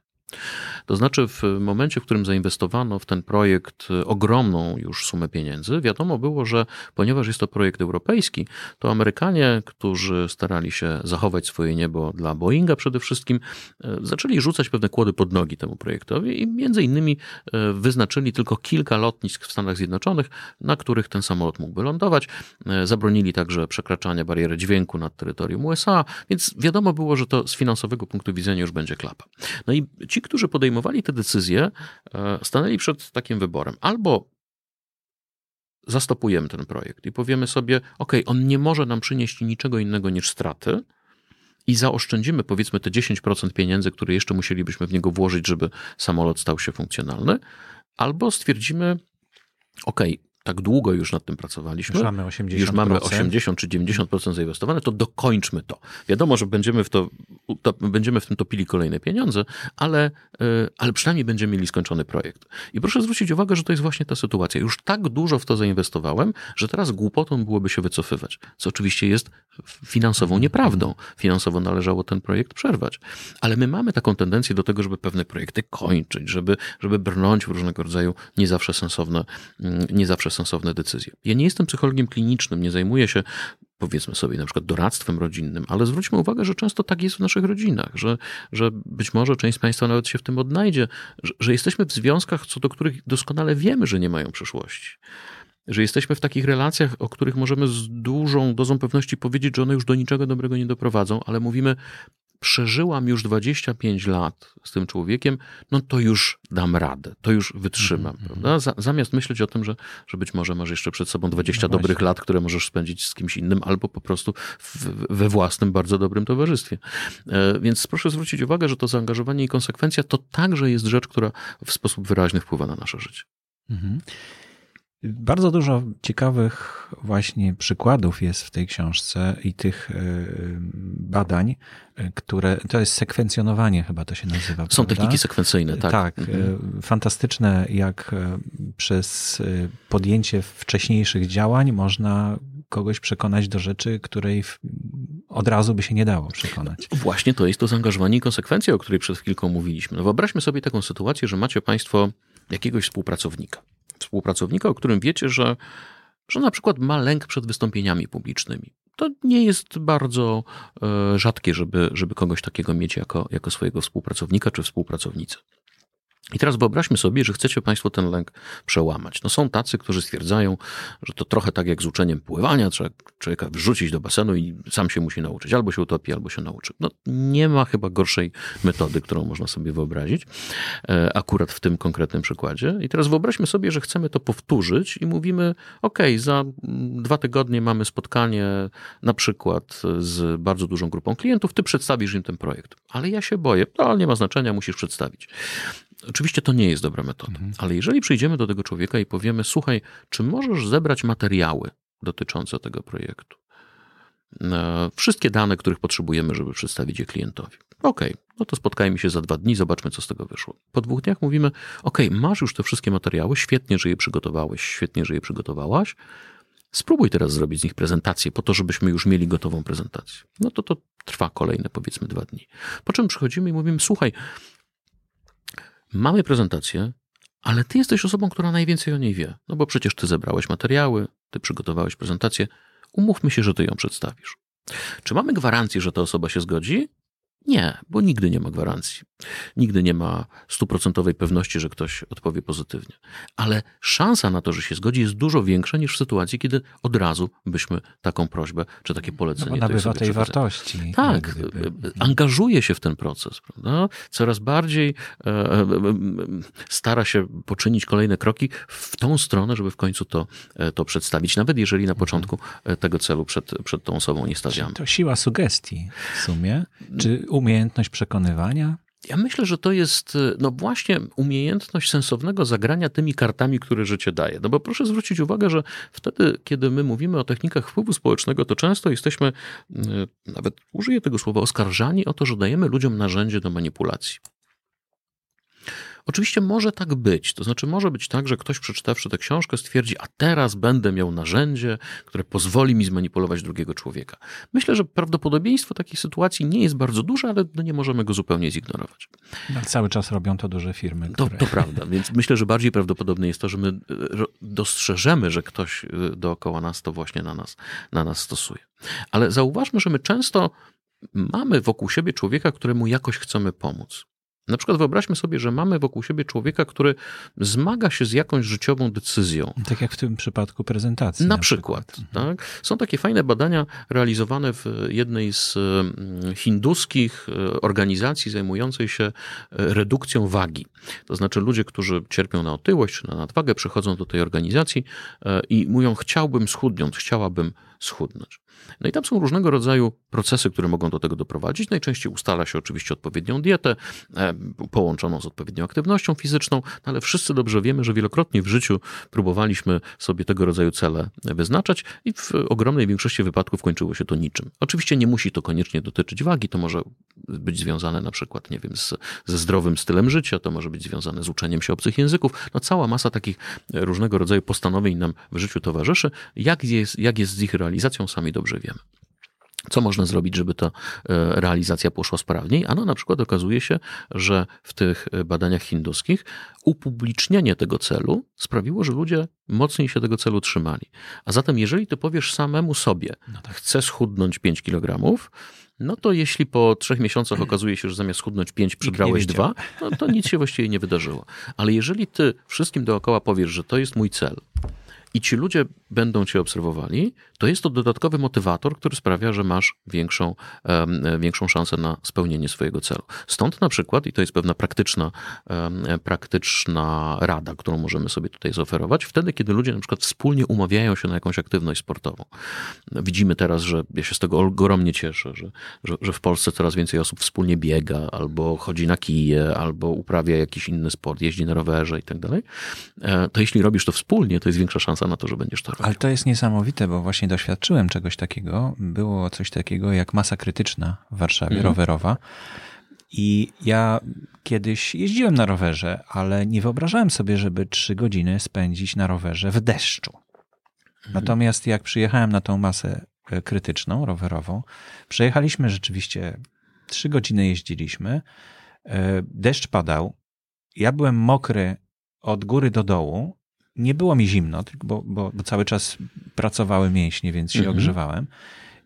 Speaker 3: To znaczy w momencie, w którym zainwestowano w ten projekt ogromną już sumę pieniędzy, wiadomo było, że ponieważ jest to projekt europejski, to Amerykanie, którzy starali się zachować swoje niebo dla Boeinga przede wszystkim, zaczęli rzucać pewne kłody pod nogi temu projektowi i między innymi wyznaczyli tylko kilka lotnisk w Stanach Zjednoczonych, na których ten samolot mógłby lądować. Zabronili także przekraczania bariery dźwięku nad terytorium U S A, więc wiadomo było, że to z finansowego punktu widzenia już będzie klapa. No i ci, którzy podejmowali te decyzje, stanęli przed takim wyborem. Albo zastopujemy ten projekt i powiemy sobie, ok, on nie może nam przynieść niczego innego niż straty i zaoszczędzimy powiedzmy te dziesięć procent pieniędzy, które jeszcze musielibyśmy w niego włożyć, żeby samolot stał się funkcjonalny. Albo stwierdzimy, ok, tak długo już nad tym pracowaliśmy,
Speaker 1: już mamy osiemdziesiąt procent,
Speaker 3: już mamy osiemdziesiąt czy dziewięćdziesiąt procent zainwestowane, to dokończmy to. Wiadomo, że będziemy w, to, to, będziemy w tym topili kolejne pieniądze, ale, ale przynajmniej będziemy mieli skończony projekt. I proszę zwrócić uwagę, że to jest właśnie ta sytuacja. Już tak dużo w to zainwestowałem, że teraz głupotą byłoby się wycofywać, co oczywiście jest finansową nieprawdą. Finansowo należało ten projekt przerwać. Ale my mamy taką tendencję do tego, żeby pewne projekty kończyć, żeby, żeby brnąć w różnego rodzaju nie zawsze sensowne, nie zawsze sensowne decyzje. Ja nie jestem psychologiem klinicznym, nie zajmuję się, powiedzmy sobie, na przykład doradztwem rodzinnym, ale zwróćmy uwagę, że często tak jest w naszych rodzinach, że, że być może część z Państwa nawet się w tym odnajdzie, że, że jesteśmy w związkach, co do których doskonale wiemy, że nie mają przyszłości. Że jesteśmy w takich relacjach, o których możemy z dużą dozą pewności powiedzieć, że one już do niczego dobrego nie doprowadzą, ale mówimy, przeżyłam już dwadzieścia pięć lat z tym człowiekiem, no to już dam radę, to już wytrzymam, mm-hmm. prawda? Zamiast myśleć o tym, że, że być może masz jeszcze przed sobą dwadzieścia no dobrych lat, które możesz spędzić z kimś innym, albo po prostu w, we własnym, bardzo dobrym towarzystwie. E, więc proszę zwrócić uwagę, że to zaangażowanie i konsekwencja to także jest rzecz, która w sposób wyraźny wpływa na nasze życie.
Speaker 1: Mm-hmm. Bardzo dużo ciekawych właśnie przykładów jest w tej książce i tych badań, które, to jest sekwencjonowanie chyba to się nazywa.
Speaker 3: Są
Speaker 1: prawda?
Speaker 3: Techniki sekwencyjne, tak.
Speaker 1: Tak, mhm. Fantastyczne, jak przez podjęcie wcześniejszych działań można kogoś przekonać do rzeczy, której od razu by się nie dało przekonać.
Speaker 3: Właśnie to jest to zaangażowanie i konsekwencja, o której przed chwilką mówiliśmy. No wyobraźmy sobie taką sytuację, że macie Państwo jakiegoś współpracownika. Współpracownika, o którym wiecie, że, że na przykład ma lęk przed wystąpieniami publicznymi. To nie jest bardzo e, rzadkie, żeby, żeby kogoś takiego mieć jako, jako swojego współpracownika czy współpracownicę. I teraz wyobraźmy sobie, że chcecie Państwo ten lęk przełamać. No są tacy, którzy stwierdzają, że to trochę tak jak z uczeniem pływania, trzeba człowieka wrzucić do basenu i sam się musi nauczyć. Albo się utopi, albo się nauczy. No nie ma chyba gorszej metody, którą można sobie wyobrazić, akurat w tym konkretnym przykładzie. I teraz wyobraźmy sobie, że chcemy to powtórzyć i mówimy, ok, za dwa tygodnie mamy spotkanie na przykład z bardzo dużą grupą klientów, ty przedstawisz im ten projekt. Ale ja się boję, no nie ma znaczenia, musisz przedstawić. Oczywiście to nie jest dobra metoda, mhm. ale jeżeli przyjdziemy do tego człowieka i powiemy, słuchaj, czy możesz zebrać materiały dotyczące tego projektu? Wszystkie dane, których potrzebujemy, żeby przedstawić je klientowi. Okej, okay, no to spotkajmy się za dwa dni, zobaczmy, co z tego wyszło. Po dwóch dniach mówimy, okej, okay, masz już te wszystkie materiały, świetnie, że je przygotowałeś, świetnie, że je przygotowałaś. Spróbuj teraz zrobić z nich prezentację, po to, żebyśmy już mieli gotową prezentację. No to to trwa kolejne, powiedzmy, dwa dni. Po czym przychodzimy i mówimy, słuchaj, mamy prezentację, ale ty jesteś osobą, która najwięcej o niej wie. No bo przecież ty zebrałeś materiały, ty przygotowałeś prezentację. Umówmy się, że ty ją przedstawisz. Czy mamy gwarancję, że ta osoba się zgodzi? Nie, bo nigdy nie ma gwarancji. Nigdy nie ma stuprocentowej pewności, że ktoś odpowie pozytywnie. Ale szansa na to, że się zgodzi, jest dużo większa niż w sytuacji, kiedy od razu byśmy taką prośbę, czy takie polecenie...
Speaker 1: No bo nabywa tej wartości.
Speaker 3: Tak, angażuje się w ten proces, prawda? Coraz bardziej e, e, stara się poczynić kolejne kroki w tą stronę, żeby w końcu to, to przedstawić, nawet jeżeli na początku tego celu przed, przed tą osobą nie stawiamy.
Speaker 1: To siła sugestii w sumie? Czy umiejętność przekonywania?
Speaker 3: Ja myślę, że to jest no właśnie umiejętność sensownego zagrania tymi kartami, które życie daje. No bo proszę zwrócić uwagę, że wtedy, kiedy my mówimy o technikach wpływu społecznego, to często jesteśmy, nawet użyję tego słowa, oskarżani o to, że dajemy ludziom narzędzie do manipulacji. Oczywiście może tak być, to znaczy może być tak, że ktoś przeczytawszy tę książkę stwierdzi, a teraz będę miał narzędzie, które pozwoli mi zmanipulować drugiego człowieka. Myślę, że prawdopodobieństwo takiej sytuacji nie jest bardzo duże, ale no nie możemy go zupełnie zignorować.
Speaker 1: No, cały czas robią to duże firmy.
Speaker 3: To,
Speaker 1: które...
Speaker 3: to prawda, więc myślę, że bardziej prawdopodobne jest to, że my dostrzeżemy, że ktoś dookoła nas to właśnie na nas, na nas stosuje. Ale zauważmy, że my często mamy wokół siebie człowieka, któremu jakoś chcemy pomóc. Na przykład wyobraźmy sobie, że mamy wokół siebie człowieka, który zmaga się z jakąś życiową decyzją.
Speaker 1: Tak jak w tym przypadku prezentacji.
Speaker 3: Na,
Speaker 1: na
Speaker 3: przykład.
Speaker 1: przykład.
Speaker 3: Tak? Są takie fajne badania realizowane w jednej z hinduskich organizacji zajmującej się redukcją wagi. To znaczy ludzie, którzy cierpią na otyłość czy na nadwagę, przychodzą do tej organizacji i mówią, chciałbym schudnąć, chciałabym schudnąć. No i tam są różnego rodzaju procesy, które mogą do tego doprowadzić. Najczęściej ustala się oczywiście odpowiednią dietę, połączoną z odpowiednią aktywnością fizyczną, no ale wszyscy dobrze wiemy, że wielokrotnie w życiu próbowaliśmy sobie tego rodzaju cele wyznaczać i w ogromnej większości wypadków kończyło się to niczym. Oczywiście nie musi to koniecznie dotyczyć wagi, to może być związane na przykład, nie wiem, z, ze zdrowym stylem życia, to może być związane z uczeniem się obcych języków. No cała masa takich różnego rodzaju postanowień nam w życiu towarzyszy. Jak jest, jak jest z ich realizacją, sami dobrze wiemy. Co można zrobić, żeby ta realizacja poszła sprawniej? Ano na przykład okazuje się, że w tych badaniach hinduskich upublicznienie tego celu sprawiło, że ludzie mocniej się tego celu trzymali. A zatem jeżeli ty powiesz samemu sobie, no tak, chcę schudnąć pięć kilogramów, no to jeśli po trzech miesiącach okazuje się, że zamiast schudnąć pięć przybrałeś dwa, no to nic się właściwie nie wydarzyło. Ale jeżeli ty wszystkim dookoła powiesz, że to jest mój cel, i ci ludzie będą cię obserwowali, to jest to dodatkowy motywator, który sprawia, że masz większą, um, większą szansę na spełnienie swojego celu. Stąd na przykład, i to jest pewna praktyczna, um, praktyczna rada, którą możemy sobie tutaj zaoferować, wtedy, kiedy ludzie na przykład wspólnie umawiają się na jakąś aktywność sportową. Widzimy teraz, że ja się z tego ogromnie cieszę, że, że, że w Polsce coraz więcej osób wspólnie biega, albo chodzi na kije, albo uprawia jakiś inny sport, jeździ na rowerze i tak dalej. To jeśli robisz to wspólnie, to jest większa szansa na to, że będziesz to robił.
Speaker 1: Ale to jest niesamowite, bo właśnie doświadczyłem czegoś takiego. Było coś takiego jak masa krytyczna w Warszawie, mm. rowerowa. I ja kiedyś jeździłem na rowerze, ale nie wyobrażałem sobie, żeby trzy godziny spędzić na rowerze w deszczu. Mm. Natomiast jak przyjechałem na tą masę krytyczną, rowerową, przejechaliśmy rzeczywiście, trzy godziny jeździliśmy, deszcz padał, ja byłem mokry od góry do dołu, nie było mi zimno, bo, bo, bo cały czas pracowały mięśnie, więc się mm-hmm. ogrzewałem.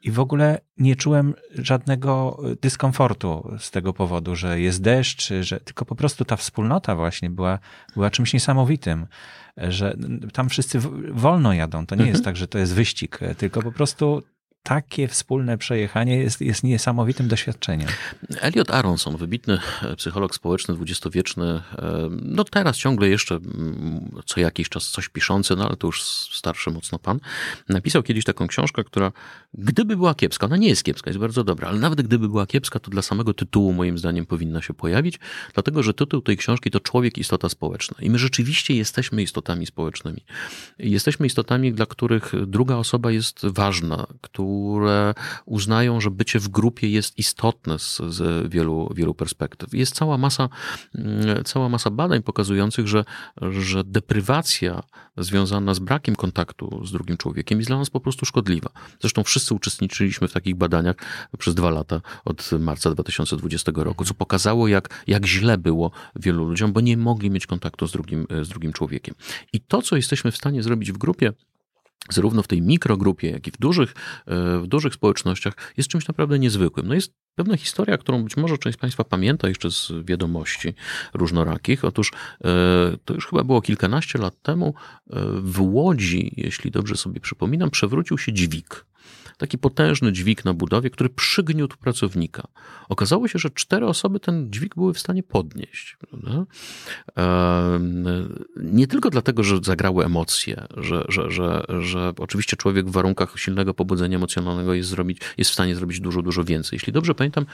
Speaker 1: i w ogóle nie czułem żadnego dyskomfortu z tego powodu, że jest deszcz, że tylko po prostu ta wspólnota właśnie była, była czymś niesamowitym, że tam wszyscy wolno jadą. To nie mhm. jest tak, że to jest wyścig, tylko po prostu takie wspólne przejechanie jest, jest niesamowitym doświadczeniem.
Speaker 3: Elliot Aronson, wybitny psycholog społeczny, dwudziestowieczny, no teraz ciągle jeszcze co jakiś czas coś piszący, no ale to już starszy mocno pan, napisał kiedyś taką książkę, która gdyby była kiepska, ona nie jest kiepska, jest bardzo dobra, ale nawet gdyby była kiepska, to dla samego tytułu moim zdaniem powinna się pojawić, dlatego że tytuł tej książki to Człowiek, istota społeczna. I my rzeczywiście jesteśmy istotami społecznymi. Jesteśmy istotami, dla których druga osoba jest ważna, która które uznają, że bycie w grupie jest istotne z, z wielu, wielu perspektyw. Jest cała masa, cała masa badań pokazujących, że, że deprywacja związana z brakiem kontaktu z drugim człowiekiem jest dla nas po prostu szkodliwa. Zresztą wszyscy uczestniczyliśmy w takich badaniach przez dwa lata od marca dwa tysiące dwudziestego roku, co pokazało, jak, jak źle było wielu ludziom, bo nie mogli mieć kontaktu z drugim, z drugim człowiekiem. I to, co jesteśmy w stanie zrobić w grupie, zarówno w tej mikrogrupie, jak i w dużych, w dużych społecznościach, jest czymś naprawdę niezwykłym. No jest pewna historia, którą być może część z Państwa pamięta jeszcze z wiadomości różnorakich. Otóż to już chyba było kilkanaście lat temu w Łodzi, jeśli dobrze sobie przypominam, przewrócił się dźwig. Taki potężny dźwig na budowie, który przygniótł pracownika. Okazało się, że cztery osoby ten dźwig były w stanie podnieść. Prawda? Nie tylko dlatego, że zagrały emocje, że, że, że, że oczywiście człowiek w warunkach silnego pobudzenia emocjonalnego jest, zrobić, jest w stanie zrobić dużo, dużo więcej. Jeśli dobrze pamiętam,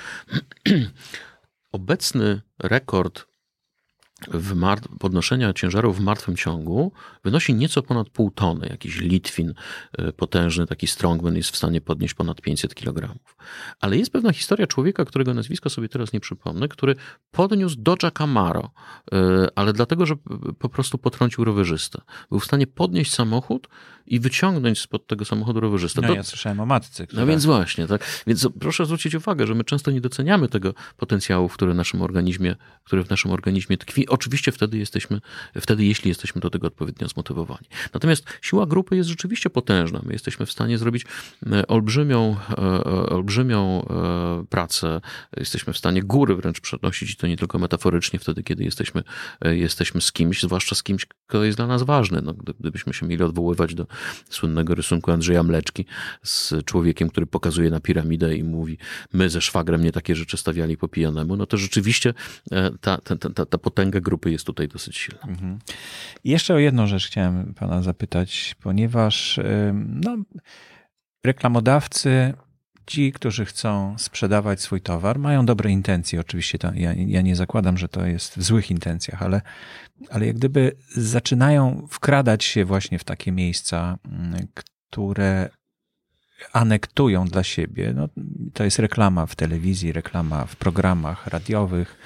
Speaker 3: obecny rekord w mar- podnoszenia ciężarów w martwym ciągu wynosi nieco ponad pół tony. Jakiś Litwin potężny, taki strongman jest w stanie podnieść ponad pięćset kilogramów. Ale jest pewna historia człowieka, którego nazwisko sobie teraz nie przypomnę, który podniósł Dodge'a Camaro, ale dlatego, że po prostu potrącił rowerzystę. Był w stanie podnieść samochód i wyciągnąć spod tego samochodu rowerzystę.
Speaker 1: No, Do... ja słyszałem o matce. Która...
Speaker 3: No więc właśnie, tak. Więc proszę zwrócić uwagę, że my często nie doceniamy tego potencjału, który w naszym organizmie, który w naszym organizmie tkwi. Oczywiście wtedy jesteśmy, wtedy jeśli jesteśmy do tego odpowiednio zmotywowani. Natomiast siła grupy jest rzeczywiście potężna. My jesteśmy w stanie zrobić olbrzymią, olbrzymią pracę. Jesteśmy w stanie góry wręcz przenosić i to nie tylko metaforycznie wtedy, kiedy jesteśmy, jesteśmy z kimś, zwłaszcza z kimś, kto jest dla nas ważny. No, gdybyśmy się mieli odwoływać do słynnego rysunku Andrzeja Mleczki z człowiekiem, który pokazuje na piramidę i mówi, my ze szwagrem nie takie rzeczy stawiali po pijanemu, no to rzeczywiście ta, ta, ta, ta potęga grupy jest tutaj dosyć silna.
Speaker 1: Mhm. I jeszcze o jedną rzecz chciałem pana zapytać, ponieważ no, reklamodawcy, ci, którzy chcą sprzedawać swój towar, mają dobre intencje. Oczywiście to ja, ja nie zakładam, że to jest w złych intencjach, ale, ale jak gdyby zaczynają wkradać się właśnie w takie miejsca, które anektują dla siebie. No, to jest reklama w telewizji, reklama w programach radiowych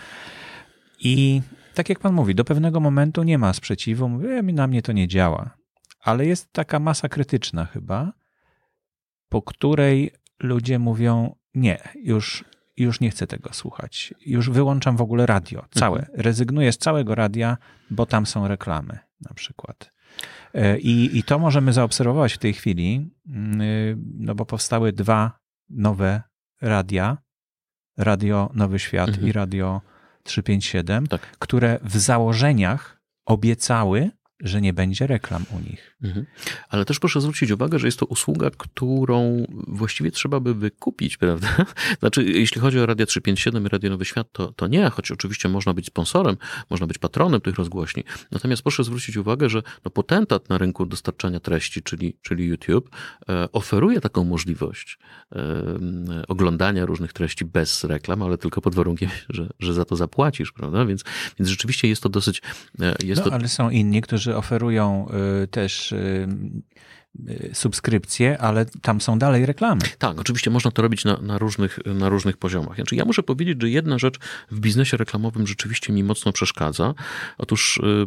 Speaker 1: i tak jak pan mówi, do pewnego momentu nie ma sprzeciwu, mówię, na mnie to nie działa, ale jest taka masa krytyczna chyba, po której ludzie mówią, nie, już, już nie chcę tego słuchać, już wyłączam w ogóle radio, całe, mhm. rezygnuję z całego radia, bo tam są reklamy na przykład. I, I to możemy zaobserwować w tej chwili, no bo powstały dwa nowe radia, Radio Nowy Świat mhm. i Radio trzysta pięćdziesiąt siedem, tak. które w założeniach obiecały, że nie będzie reklam u nich.
Speaker 3: Mhm. Ale też proszę zwrócić uwagę, że jest to usługa, którą właściwie trzeba by wykupić, prawda? Znaczy, jeśli chodzi o Radio trzysta pięćdziesiąt siedem i Radio Nowy Świat, to, to nie, choć oczywiście można być sponsorem, można być patronem tych rozgłośni. Natomiast proszę zwrócić uwagę, że no, potentat na rynku dostarczania treści, czyli, czyli YouTube, e, oferuje taką możliwość e, oglądania różnych treści bez reklam, ale tylko pod warunkiem, że, że za to zapłacisz, prawda? Więc, więc rzeczywiście jest to dosyć... E, jest
Speaker 1: no,
Speaker 3: to...
Speaker 1: ale są inni, którzy oferują y, też y, y, subskrypcje, ale tam są dalej reklamy.
Speaker 3: Tak, oczywiście można to robić na, na, różnych, na różnych poziomach. Znaczy, ja muszę powiedzieć, że jedna rzecz w biznesie reklamowym rzeczywiście mi mocno przeszkadza. Otóż y,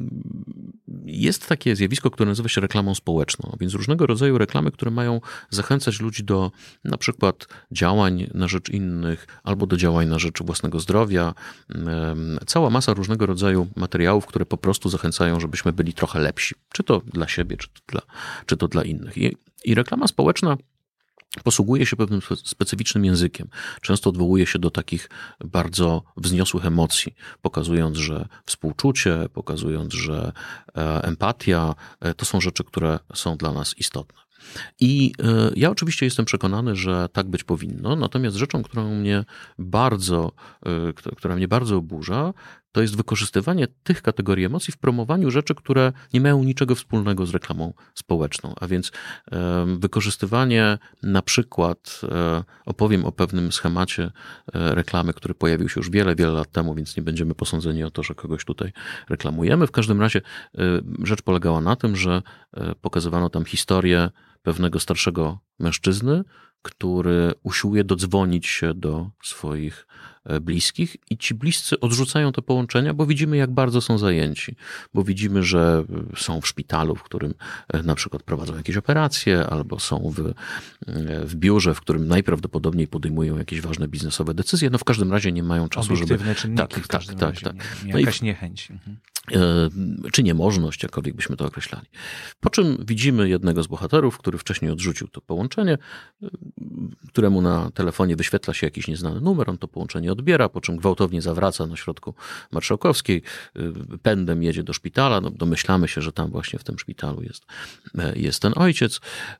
Speaker 3: jest takie zjawisko, które nazywa się reklamą społeczną, więc różnego rodzaju reklamy, które mają zachęcać ludzi do na przykład działań na rzecz innych albo do działań na rzecz własnego zdrowia. Cała masa różnego rodzaju materiałów, które po prostu zachęcają, żebyśmy byli trochę lepsi. Czy to dla siebie, czy to dla, czy to dla innych. I, i reklama społeczna posługuje się pewnym specyficznym językiem. Często odwołuje się do takich bardzo wzniosłych emocji, pokazując, że współczucie, pokazując, że empatia to są rzeczy, które są dla nas istotne. I ja oczywiście jestem przekonany, że tak być powinno, natomiast rzeczą, którą mnie bardzo, która mnie bardzo oburza, to jest wykorzystywanie tych kategorii emocji w promowaniu rzeczy, które nie mają niczego wspólnego z reklamą społeczną. A więc wykorzystywanie na przykład, opowiem o pewnym schemacie reklamy, który pojawił się już wiele, wiele lat temu, więc nie będziemy posądzeni o to, że kogoś tutaj reklamujemy. W każdym razie rzecz polegała na tym, że pokazywano tam historię pewnego starszego mężczyzny, który usiłuje dodzwonić się do swoich bliskich i ci bliscy odrzucają te połączenia, bo widzimy, jak bardzo są zajęci, bo widzimy, że są w szpitalu, w którym na przykład prowadzą jakieś operacje, albo są w, w biurze, w którym najprawdopodobniej podejmują jakieś ważne biznesowe decyzje. No w każdym razie nie mają czasu, żeby...
Speaker 1: Obiektywne czynniki
Speaker 3: tak,
Speaker 1: w każdym
Speaker 3: tak,
Speaker 1: razie,
Speaker 3: tak,
Speaker 1: nie,
Speaker 3: tak.
Speaker 1: jakaś niechęć. Mhm.
Speaker 3: Czy niemożność, jakkolwiek byśmy to określali. Po czym widzimy jednego z bohaterów, który wcześniej odrzucił to połączenie, któremu na telefonie wyświetla się jakiś nieznany numer, on to połączenie odbiera, po czym gwałtownie zawraca na środku Marszałkowskiej, pędem jedzie do szpitala, no, domyślamy się, że tam właśnie w tym szpitalu jest, jest ten ojciec,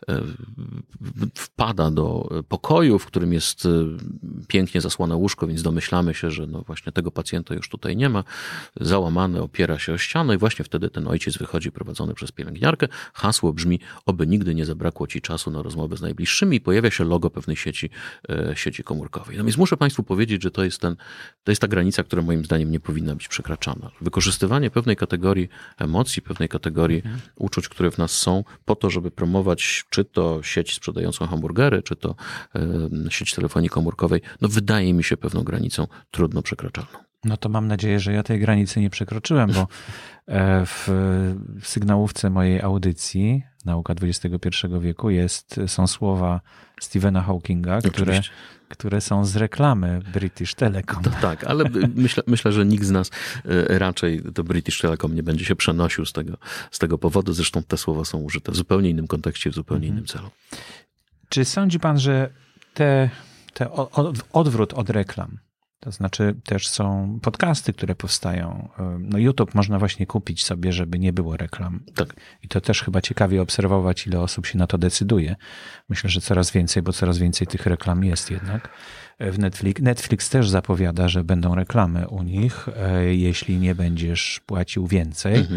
Speaker 3: wpada do pokoju, w którym jest pięknie zasłane łóżko, więc domyślamy się, że no właśnie tego pacjenta już tutaj nie ma, załamany opiera się o ścianę i właśnie wtedy ten ojciec wychodzi prowadzony przez pielęgniarkę. Hasło brzmi: oby nigdy nie zabrakło ci czasu na rozmowę z najbliższymi, i pojawia się logo pewnej sieci, sieci komórkowej. No więc muszę Państwu powiedzieć, że to jest, ten, to jest ta granica, która moim zdaniem nie powinna być przekraczana. Wykorzystywanie pewnej kategorii emocji, pewnej kategorii mhm. uczuć, które w nas są, po to, żeby promować czy to sieć sprzedającą hamburgery, czy to y, sieć telefonii komórkowej, no wydaje mi się pewną granicą trudno przekraczalną.
Speaker 1: No to mam nadzieję, że ja tej granicy nie przekroczyłem, bo w sygnałówce mojej audycji Nauka dwudziestego pierwszego wieku jest, są słowa Stephena Hawkinga, które, które są z reklamy British Telecom.
Speaker 3: To tak, ale myślę, myślę, że nikt z nas raczej do British Telecom nie będzie się przenosił z tego, z tego powodu. Zresztą te słowa są użyte w zupełnie innym kontekście, w zupełnie mhm. innym celu.
Speaker 1: Czy sądzi pan, że te, te odwrót od reklam, to znaczy też są podcasty, które powstają. No YouTube można właśnie kupić sobie, żeby nie było reklam.
Speaker 3: Tak.
Speaker 1: I to też chyba ciekawie obserwować, ile osób się na to decyduje. Myślę, że coraz więcej, bo coraz więcej tych reklam jest jednak. W Netflix, Netflix też zapowiada, że będą reklamy u nich, jeśli nie będziesz płacił więcej. Mhm.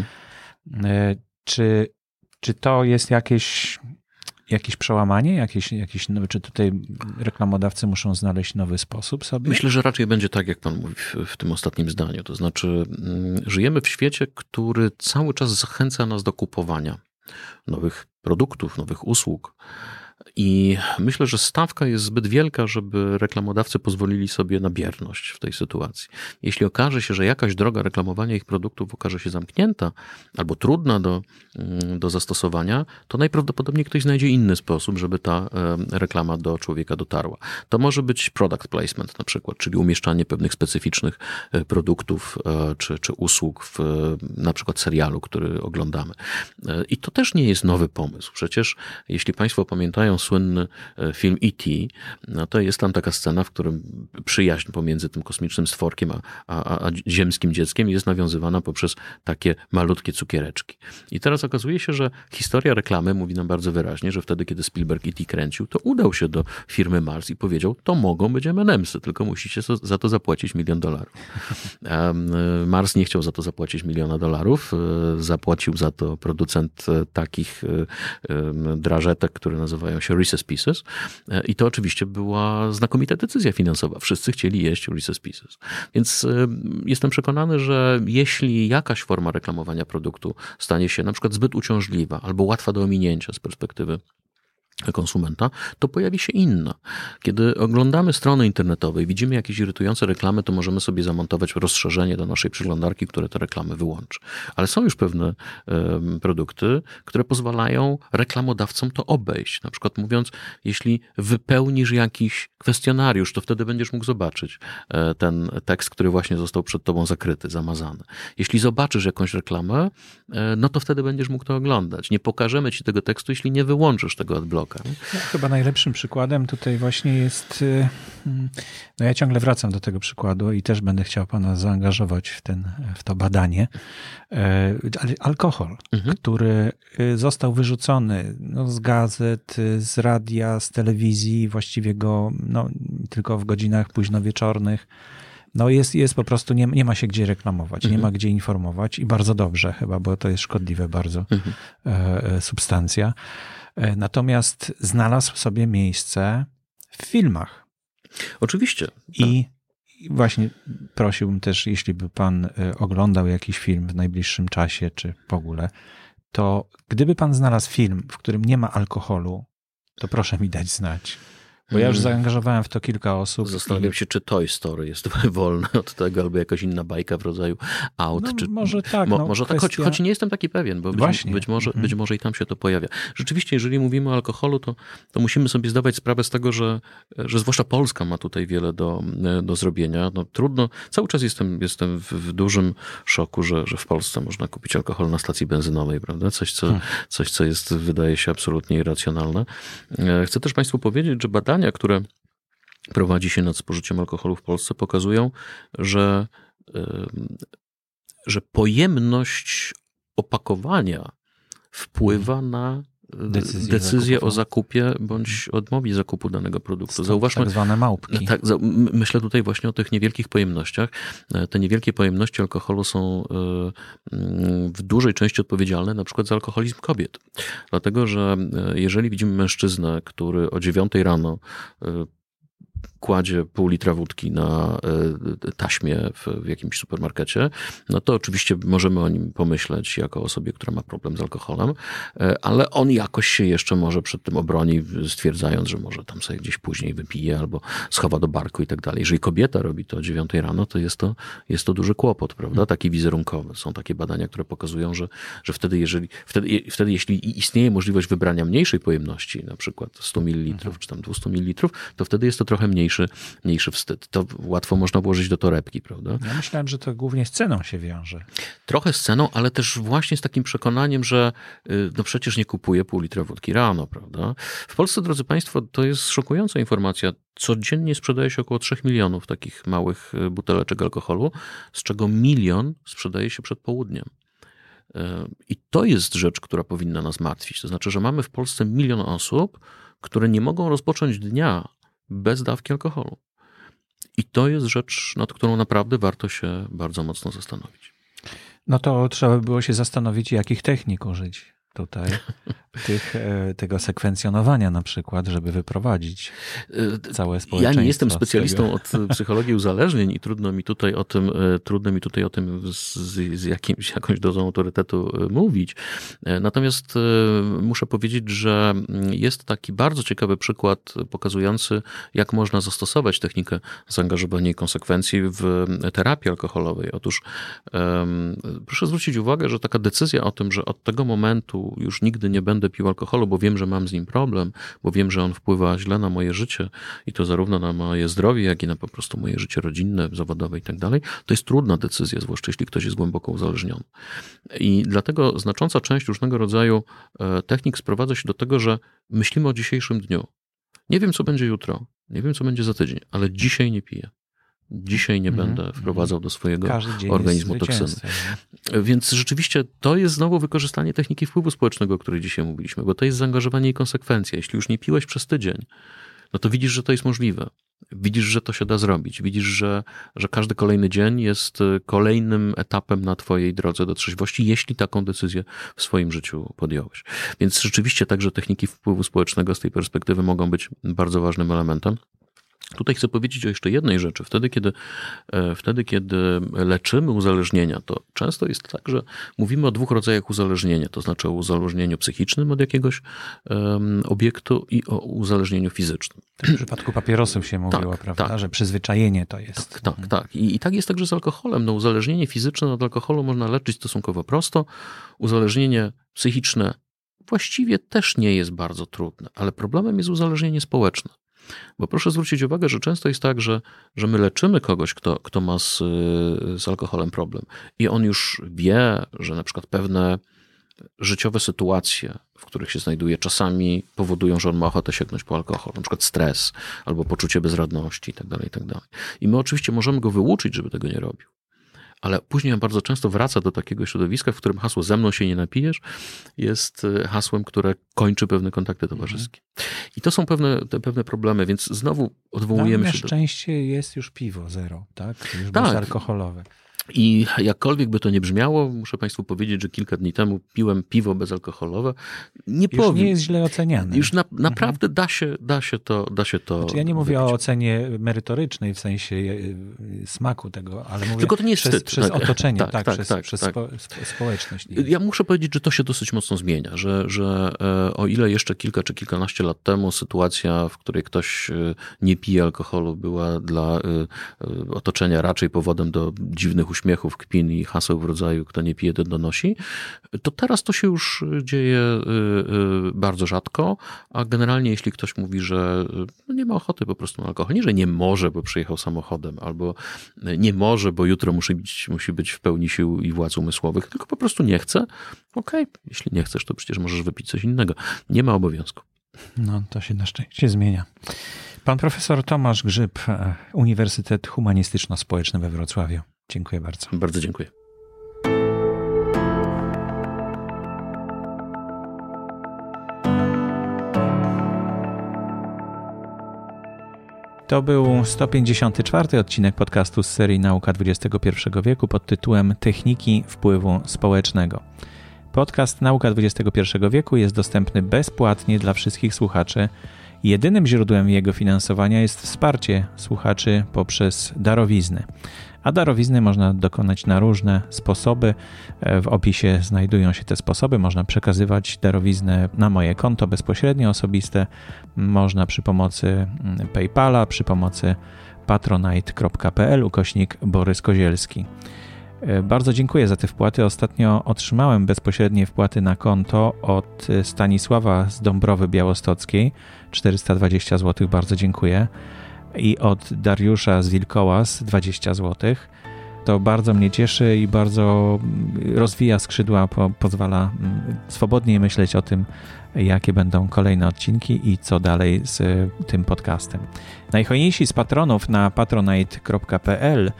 Speaker 1: Czy, czy to jest jakieś... Jakieś przełamanie? Jakieś, jakieś, no, czy tutaj reklamodawcy muszą znaleźć nowy sposób sobie?
Speaker 3: Myślę, że raczej będzie tak, jak pan mówi w, w tym ostatnim zdaniu. To znaczy, żyjemy w świecie, który cały czas zachęca nas do kupowania nowych produktów, nowych usług. I myślę, że stawka jest zbyt wielka, żeby reklamodawcy pozwolili sobie na bierność w tej sytuacji. Jeśli okaże się, że jakaś droga reklamowania ich produktów okaże się zamknięta albo trudna do, do zastosowania, to najprawdopodobniej ktoś znajdzie inny sposób, żeby ta reklama do człowieka dotarła. To może być product placement na przykład, czyli umieszczanie pewnych specyficznych produktów czy, czy usług w na przykład serialu, który oglądamy. I to też nie jest nowy pomysł. Przecież jeśli Państwo pamiętają słynny film E T, no to jest tam taka scena, w którym przyjaźń pomiędzy tym kosmicznym stworkiem a, a, a ziemskim dzieckiem jest nawiązywana poprzez takie malutkie cukiereczki. I teraz okazuje się, że historia reklamy mówi nam bardzo wyraźnie, że wtedy, kiedy Spielberg E T kręcił, to udał się do firmy Mars i powiedział: to mogą być em and emsy, tylko musicie za to zapłacić milion dolarów. Mars nie chciał za to zapłacić miliona dolarów. Zapłacił za to producent takich drażetek, które nazywają się Reese's Pieces. I to oczywiście była znakomita decyzja finansowa. Wszyscy chcieli jeść Reese's Pieces. Więc jestem przekonany, że jeśli jakaś forma reklamowania produktu stanie się na przykład zbyt uciążliwa albo łatwa do ominięcia z perspektywy konsumenta, to pojawi się inna. Kiedy oglądamy strony internetowe i widzimy jakieś irytujące reklamy, to możemy sobie zamontować rozszerzenie do naszej przeglądarki, które te reklamy wyłączy. Ale są już pewne um, produkty, które pozwalają reklamodawcom to obejść. Na przykład mówiąc, jeśli wypełnisz jakiś kwestionariusz, to wtedy będziesz mógł zobaczyć e, ten tekst, który właśnie został przed tobą zakryty, zamazany. Jeśli zobaczysz jakąś reklamę, e, no to wtedy będziesz mógł to oglądać. Nie pokażemy ci tego tekstu, jeśli nie wyłączysz tego adblocka. wysoka. Nie?
Speaker 1: No, chyba najlepszym przykładem tutaj właśnie jest, no ja ciągle wracam do tego przykładu i też będę chciał pana zaangażować w, ten, w to badanie. Alkohol, mhm. który został wyrzucony no, z gazet, z radia, z telewizji, właściwie go no, tylko w godzinach późno wieczornych. No jest, jest po prostu, nie, nie ma się gdzie reklamować, mhm. nie ma gdzie informować i bardzo dobrze chyba, bo to jest szkodliwe bardzo mhm. e, substancja. E, natomiast znalazł sobie miejsce w filmach.
Speaker 3: Oczywiście.
Speaker 1: I I właśnie prosiłbym też, jeśli by pan oglądał jakiś film w najbliższym czasie, czy w ogóle, to gdyby pan znalazł film, w którym nie ma alkoholu, to proszę mi dać znać. Bo ja już zaangażowałem w to kilka osób.
Speaker 3: Zastanawiam i... się, czy Toy Story jest wolne od tego, albo jakaś inna bajka w rodzaju Out.
Speaker 1: No,
Speaker 3: czy...
Speaker 1: Może tak.
Speaker 3: Mo,
Speaker 1: no,
Speaker 3: może
Speaker 1: kwestia...
Speaker 3: tak, choć, choć nie jestem taki pewien, bo być, być, może, mhm. być może i tam się to pojawia. Rzeczywiście, jeżeli mówimy o alkoholu, to, to musimy sobie zdawać sprawę z tego, że, że zwłaszcza Polska ma tutaj wiele do, do zrobienia. No, trudno, cały czas jestem, jestem w, w dużym szoku, że, że w Polsce można kupić alkohol na stacji benzynowej, prawda? Coś, co, hmm. coś, co jest, wydaje się absolutnie irracjonalne. Chcę też Państwu powiedzieć, że badania, które prowadzi się nad spożyciem alkoholu w Polsce, pokazują, że, że pojemność opakowania wpływa na decyzję, decyzję o zakupie bądź odmowie zakupu danego produktu.
Speaker 1: Zauważmy, tak zwane małpki.
Speaker 3: Tak, myślę tutaj właśnie o tych niewielkich pojemnościach. Te niewielkie pojemności alkoholu są w dużej części odpowiedzialne na przykład za alkoholizm kobiet. Dlatego, że jeżeli widzimy mężczyznę, który o dziewiątej rano kładzie pół litra wódki na taśmie w, w jakimś supermarkecie, no to oczywiście możemy o nim pomyśleć jako osobie, która ma problem z alkoholem, ale on jakoś się jeszcze może przed tym obroni, stwierdzając, że może tam sobie gdzieś później wypije albo schowa do barku i tak dalej. Jeżeli kobieta robi to o dziewiątej rano, to jest to, jest to duży kłopot, prawda? Taki wizerunkowy. Są takie badania, które pokazują, że, że wtedy, jeżeli, wtedy, wtedy jeśli istnieje możliwość wybrania mniejszej pojemności, na przykład sto mililitrów mhm. czy tam dwieście mililitrów, to wtedy jest to trochę mniejszy, mniejszy wstyd. To łatwo można włożyć do torebki, prawda?
Speaker 1: Ja myślałem, że to głównie z ceną się wiąże.
Speaker 3: Trochę z ceną, ale też właśnie z takim przekonaniem, że no przecież nie kupuję pół litra wódki rano, prawda? W Polsce, drodzy Państwo, to jest szokująca informacja. Codziennie sprzedaje się około trzech milionów takich małych buteleczek alkoholu, z czego milion sprzedaje się przed południem. I to jest rzecz, która powinna nas martwić. To znaczy, że mamy w Polsce milion osób, które nie mogą rozpocząć dnia bez dawki alkoholu. I to jest rzecz, nad którą naprawdę warto się bardzo mocno zastanowić.
Speaker 1: No to trzeba by było się zastanowić, jakich technik użyć tutaj. Tych, tego sekwencjonowania na przykład, żeby wyprowadzić całe społeczeństwo.
Speaker 3: Ja nie jestem specjalistą od psychologii uzależnień i trudno mi tutaj o tym, trudno mi tutaj o tym z, z jakimś, jakąś dozą autorytetu mówić. Natomiast muszę powiedzieć, że jest taki bardzo ciekawy przykład pokazujący, jak można zastosować technikę zaangażowania i konsekwencji w terapii alkoholowej. Otóż proszę zwrócić uwagę, że taka decyzja o tym, że od tego momentu już nigdy nie będę pił alkoholu, bo wiem, że mam z nim problem, bo wiem, że on wpływa źle na moje życie i to zarówno na moje zdrowie, jak i na po prostu moje życie rodzinne, zawodowe i tak dalej, to jest trudna decyzja, zwłaszcza jeśli ktoś jest głęboko uzależniony. I dlatego znacząca część różnego rodzaju technik sprowadza się do tego, że myślimy o dzisiejszym dniu. Nie wiem, co będzie jutro, nie wiem, co będzie za tydzień, ale dzisiaj nie piję. Dzisiaj nie mm-hmm. będę wprowadzał do swojego organizmu toksyny. Więc rzeczywiście to jest znowu wykorzystanie techniki wpływu społecznego, o której dzisiaj mówiliśmy, bo to jest zaangażowanie i konsekwencja. Jeśli już nie piłeś przez tydzień, no to widzisz, że to jest możliwe. Widzisz, że to się da zrobić. Widzisz, że, że każdy kolejny dzień jest kolejnym etapem na twojej drodze do trzeźwości, jeśli taką decyzję w swoim życiu podjąłeś. Więc rzeczywiście także techniki wpływu społecznego z tej perspektywy mogą być bardzo ważnym elementem. Tutaj chcę powiedzieć o jeszcze jednej rzeczy. Wtedy kiedy, wtedy, kiedy leczymy uzależnienia, to często jest tak, że mówimy o dwóch rodzajach uzależnienia, to znaczy o uzależnieniu psychicznym od jakiegoś um, obiektu i o uzależnieniu fizycznym.
Speaker 1: W przypadku papierosów się mówiło, tak, prawda, tak. że przyzwyczajenie to jest.
Speaker 3: Tak, tak, tak. I, I tak jest także z alkoholem. No, uzależnienie fizyczne od alkoholu można leczyć stosunkowo prosto. Uzależnienie psychiczne właściwie też nie jest bardzo trudne, ale problemem jest uzależnienie społeczne. Bo proszę zwrócić uwagę, że często jest tak, że, że my leczymy kogoś, kto, kto ma z, z alkoholem problem i on już wie, że na przykład pewne życiowe sytuacje, w których się znajduje, czasami powodują, że on ma ochotę sięgnąć po alkohol, na przykład stres albo poczucie bezradności itd., itd. I my oczywiście możemy go wyuczyć, żeby tego nie robił. Ale później on bardzo często wraca do takiego środowiska, w którym hasło "ze mną się nie napijesz" jest hasłem, które kończy pewne kontakty towarzyskie. I to są pewne, te pewne problemy, więc znowu odwołujemy
Speaker 1: Na
Speaker 3: się do...
Speaker 1: Na szczęście jest już piwo zero, tak? Już
Speaker 3: tak.
Speaker 1: bezalkoholowe.
Speaker 3: I jakkolwiek by to nie brzmiało, muszę Państwu powiedzieć, że kilka dni temu piłem piwo bezalkoholowe. Nie
Speaker 1: Już
Speaker 3: powiem,
Speaker 1: nie jest źle oceniane.
Speaker 3: Już na, naprawdę mhm. da, się, da się to da się to
Speaker 1: znaczy ja nie mówię
Speaker 3: wypić.
Speaker 1: o ocenie merytorycznej, w sensie smaku tego, ale mówię
Speaker 3: tylko to nie jest
Speaker 1: przez,
Speaker 3: wstyd.
Speaker 1: przez
Speaker 3: tak,
Speaker 1: otoczenie, tak,
Speaker 3: tak,
Speaker 1: tak,
Speaker 3: tak,
Speaker 1: przez,
Speaker 3: tak,
Speaker 1: przez
Speaker 3: tak.
Speaker 1: Spo, społeczność.
Speaker 3: Ja muszę powiedzieć, że to się dosyć mocno zmienia, że, że o ile jeszcze kilka czy kilkanaście lat temu sytuacja, w której ktoś nie pije alkoholu, była dla otoczenia raczej powodem do dziwnych uśmiechów, kpin i haseł w rodzaju "kto nie pije, ten donosi", to teraz to się już dzieje bardzo rzadko, a generalnie jeśli ktoś mówi, że nie ma ochoty po prostu na alkohol, nie, że nie może, bo przyjechał samochodem, albo nie może, bo jutro musi być, musi być w pełni sił i władz umysłowych, tylko po prostu nie chce, okej, okay. Jeśli nie chcesz, to przecież możesz wypić coś innego. Nie ma obowiązku.
Speaker 1: No, to się na szczęście zmienia. Pan profesor Tomasz Grzyb, Uniwersytet Humanistyczno-Społeczny we Wrocławiu. Dziękuję bardzo.
Speaker 3: Bardzo dziękuję.
Speaker 1: To był sto pięćdziesiąty czwarty odcinek podcastu z serii Nauka dwudziestego pierwszego wieku pod tytułem Techniki wpływu społecznego. Podcast Nauka dwudziestego pierwszego wieku jest dostępny bezpłatnie dla wszystkich słuchaczy. Jedynym źródłem jego finansowania jest wsparcie słuchaczy poprzez darowizny. A darowizny można dokonać na różne sposoby. W opisie znajdują się te sposoby. Można przekazywać darowiznę na moje konto bezpośrednio osobiste. Można przy pomocy PayPala, przy pomocy patronite.pl ukośnik Borys Kozielski. Bardzo dziękuję za te wpłaty. Ostatnio otrzymałem bezpośrednie wpłaty na konto od Stanisława z Dąbrowy Białostockiej. czterysta dwadzieścia złotych, bardzo dziękuję. I od Dariusza z Wilkołas dwadzieścia złotych. To bardzo mnie cieszy i bardzo rozwija skrzydła, po, pozwala swobodniej myśleć o tym, jakie będą kolejne odcinki i co dalej z tym podcastem. Najhojniejsi z patronów na patronite.pl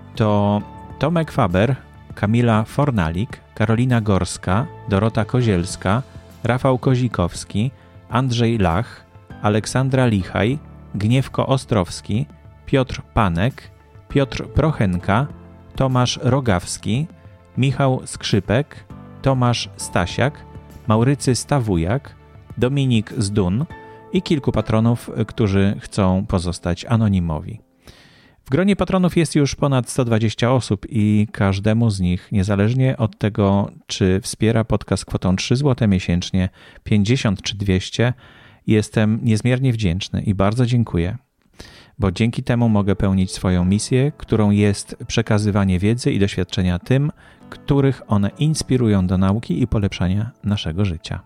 Speaker 1: to Tomek Faber, Kamila Fornalik, Karolina Gorska, Dorota Kozielska, Rafał Kozikowski, Andrzej Lach, Aleksandra Lichaj, Gniewko Ostrowski, Piotr Panek, Piotr Prochenka, Tomasz Rogawski, Michał Skrzypek, Tomasz Stasiak, Maurycy Stawujak, Dominik Zdun i kilku patronów, którzy chcą pozostać anonimowi. W gronie patronów jest już ponad sto dwadzieścia osób i każdemu z nich, niezależnie od tego, czy wspiera podcast kwotą trzy złote miesięcznie, pięćdziesiąt czy dwieście, jestem niezmiernie wdzięczny i bardzo dziękuję, bo dzięki temu mogę pełnić swoją misję, którą jest przekazywanie wiedzy i doświadczenia tym, których one inspirują do nauki i polepszania naszego życia.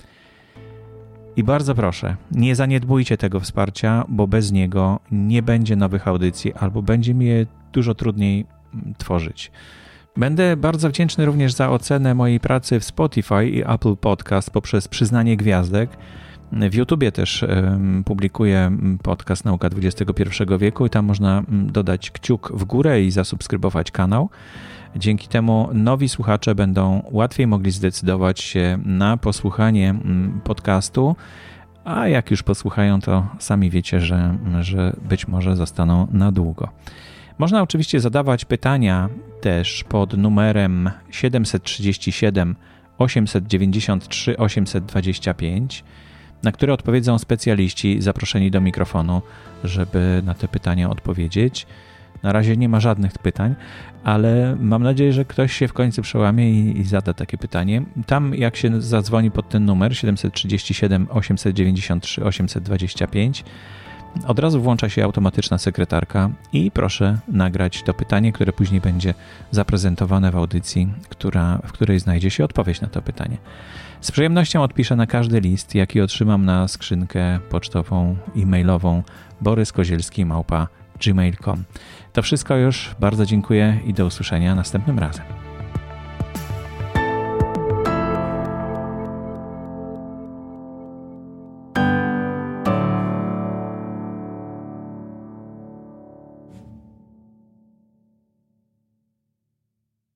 Speaker 1: I bardzo proszę, nie zaniedbujcie tego wsparcia, bo bez niego nie będzie nowych audycji albo będzie mi je dużo trudniej tworzyć. Będę bardzo wdzięczny również za ocenę mojej pracy w Spotify i Apple Podcast poprzez przyznanie gwiazdek. W YouTubie też publikuję podcast Nauka dwudziestego pierwszego wieku i tam można dodać kciuk w górę i zasubskrybować kanał. Dzięki temu nowi słuchacze będą łatwiej mogli zdecydować się na posłuchanie podcastu, a jak już posłuchają, to sami wiecie, że, że być może zostaną na długo. Można oczywiście zadawać pytania też pod numerem siedemset trzydzieści siedem osiemset dziewięćdziesiąt trzy osiemset dwadzieścia pięć, na które odpowiedzą specjaliści zaproszeni do mikrofonu, żeby na te pytania odpowiedzieć. Na razie nie ma żadnych pytań, ale mam nadzieję, że ktoś się w końcu przełamie i, i zada takie pytanie. Tam jak się zadzwoni pod ten numer siedemset trzydzieści siedem osiemset dziewięćdziesiąt trzy osiemset dwadzieścia pięć, od razu włącza się automatyczna sekretarka i proszę nagrać to pytanie, które później będzie zaprezentowane w audycji, która, w której znajdzie się odpowiedź na to pytanie. Z przyjemnością odpiszę na każdy list, jaki otrzymam na skrzynkę pocztową, e-mailową boryskozielski małpa gmail kropka com. To wszystko już. Bardzo dziękuję i do usłyszenia następnym razem.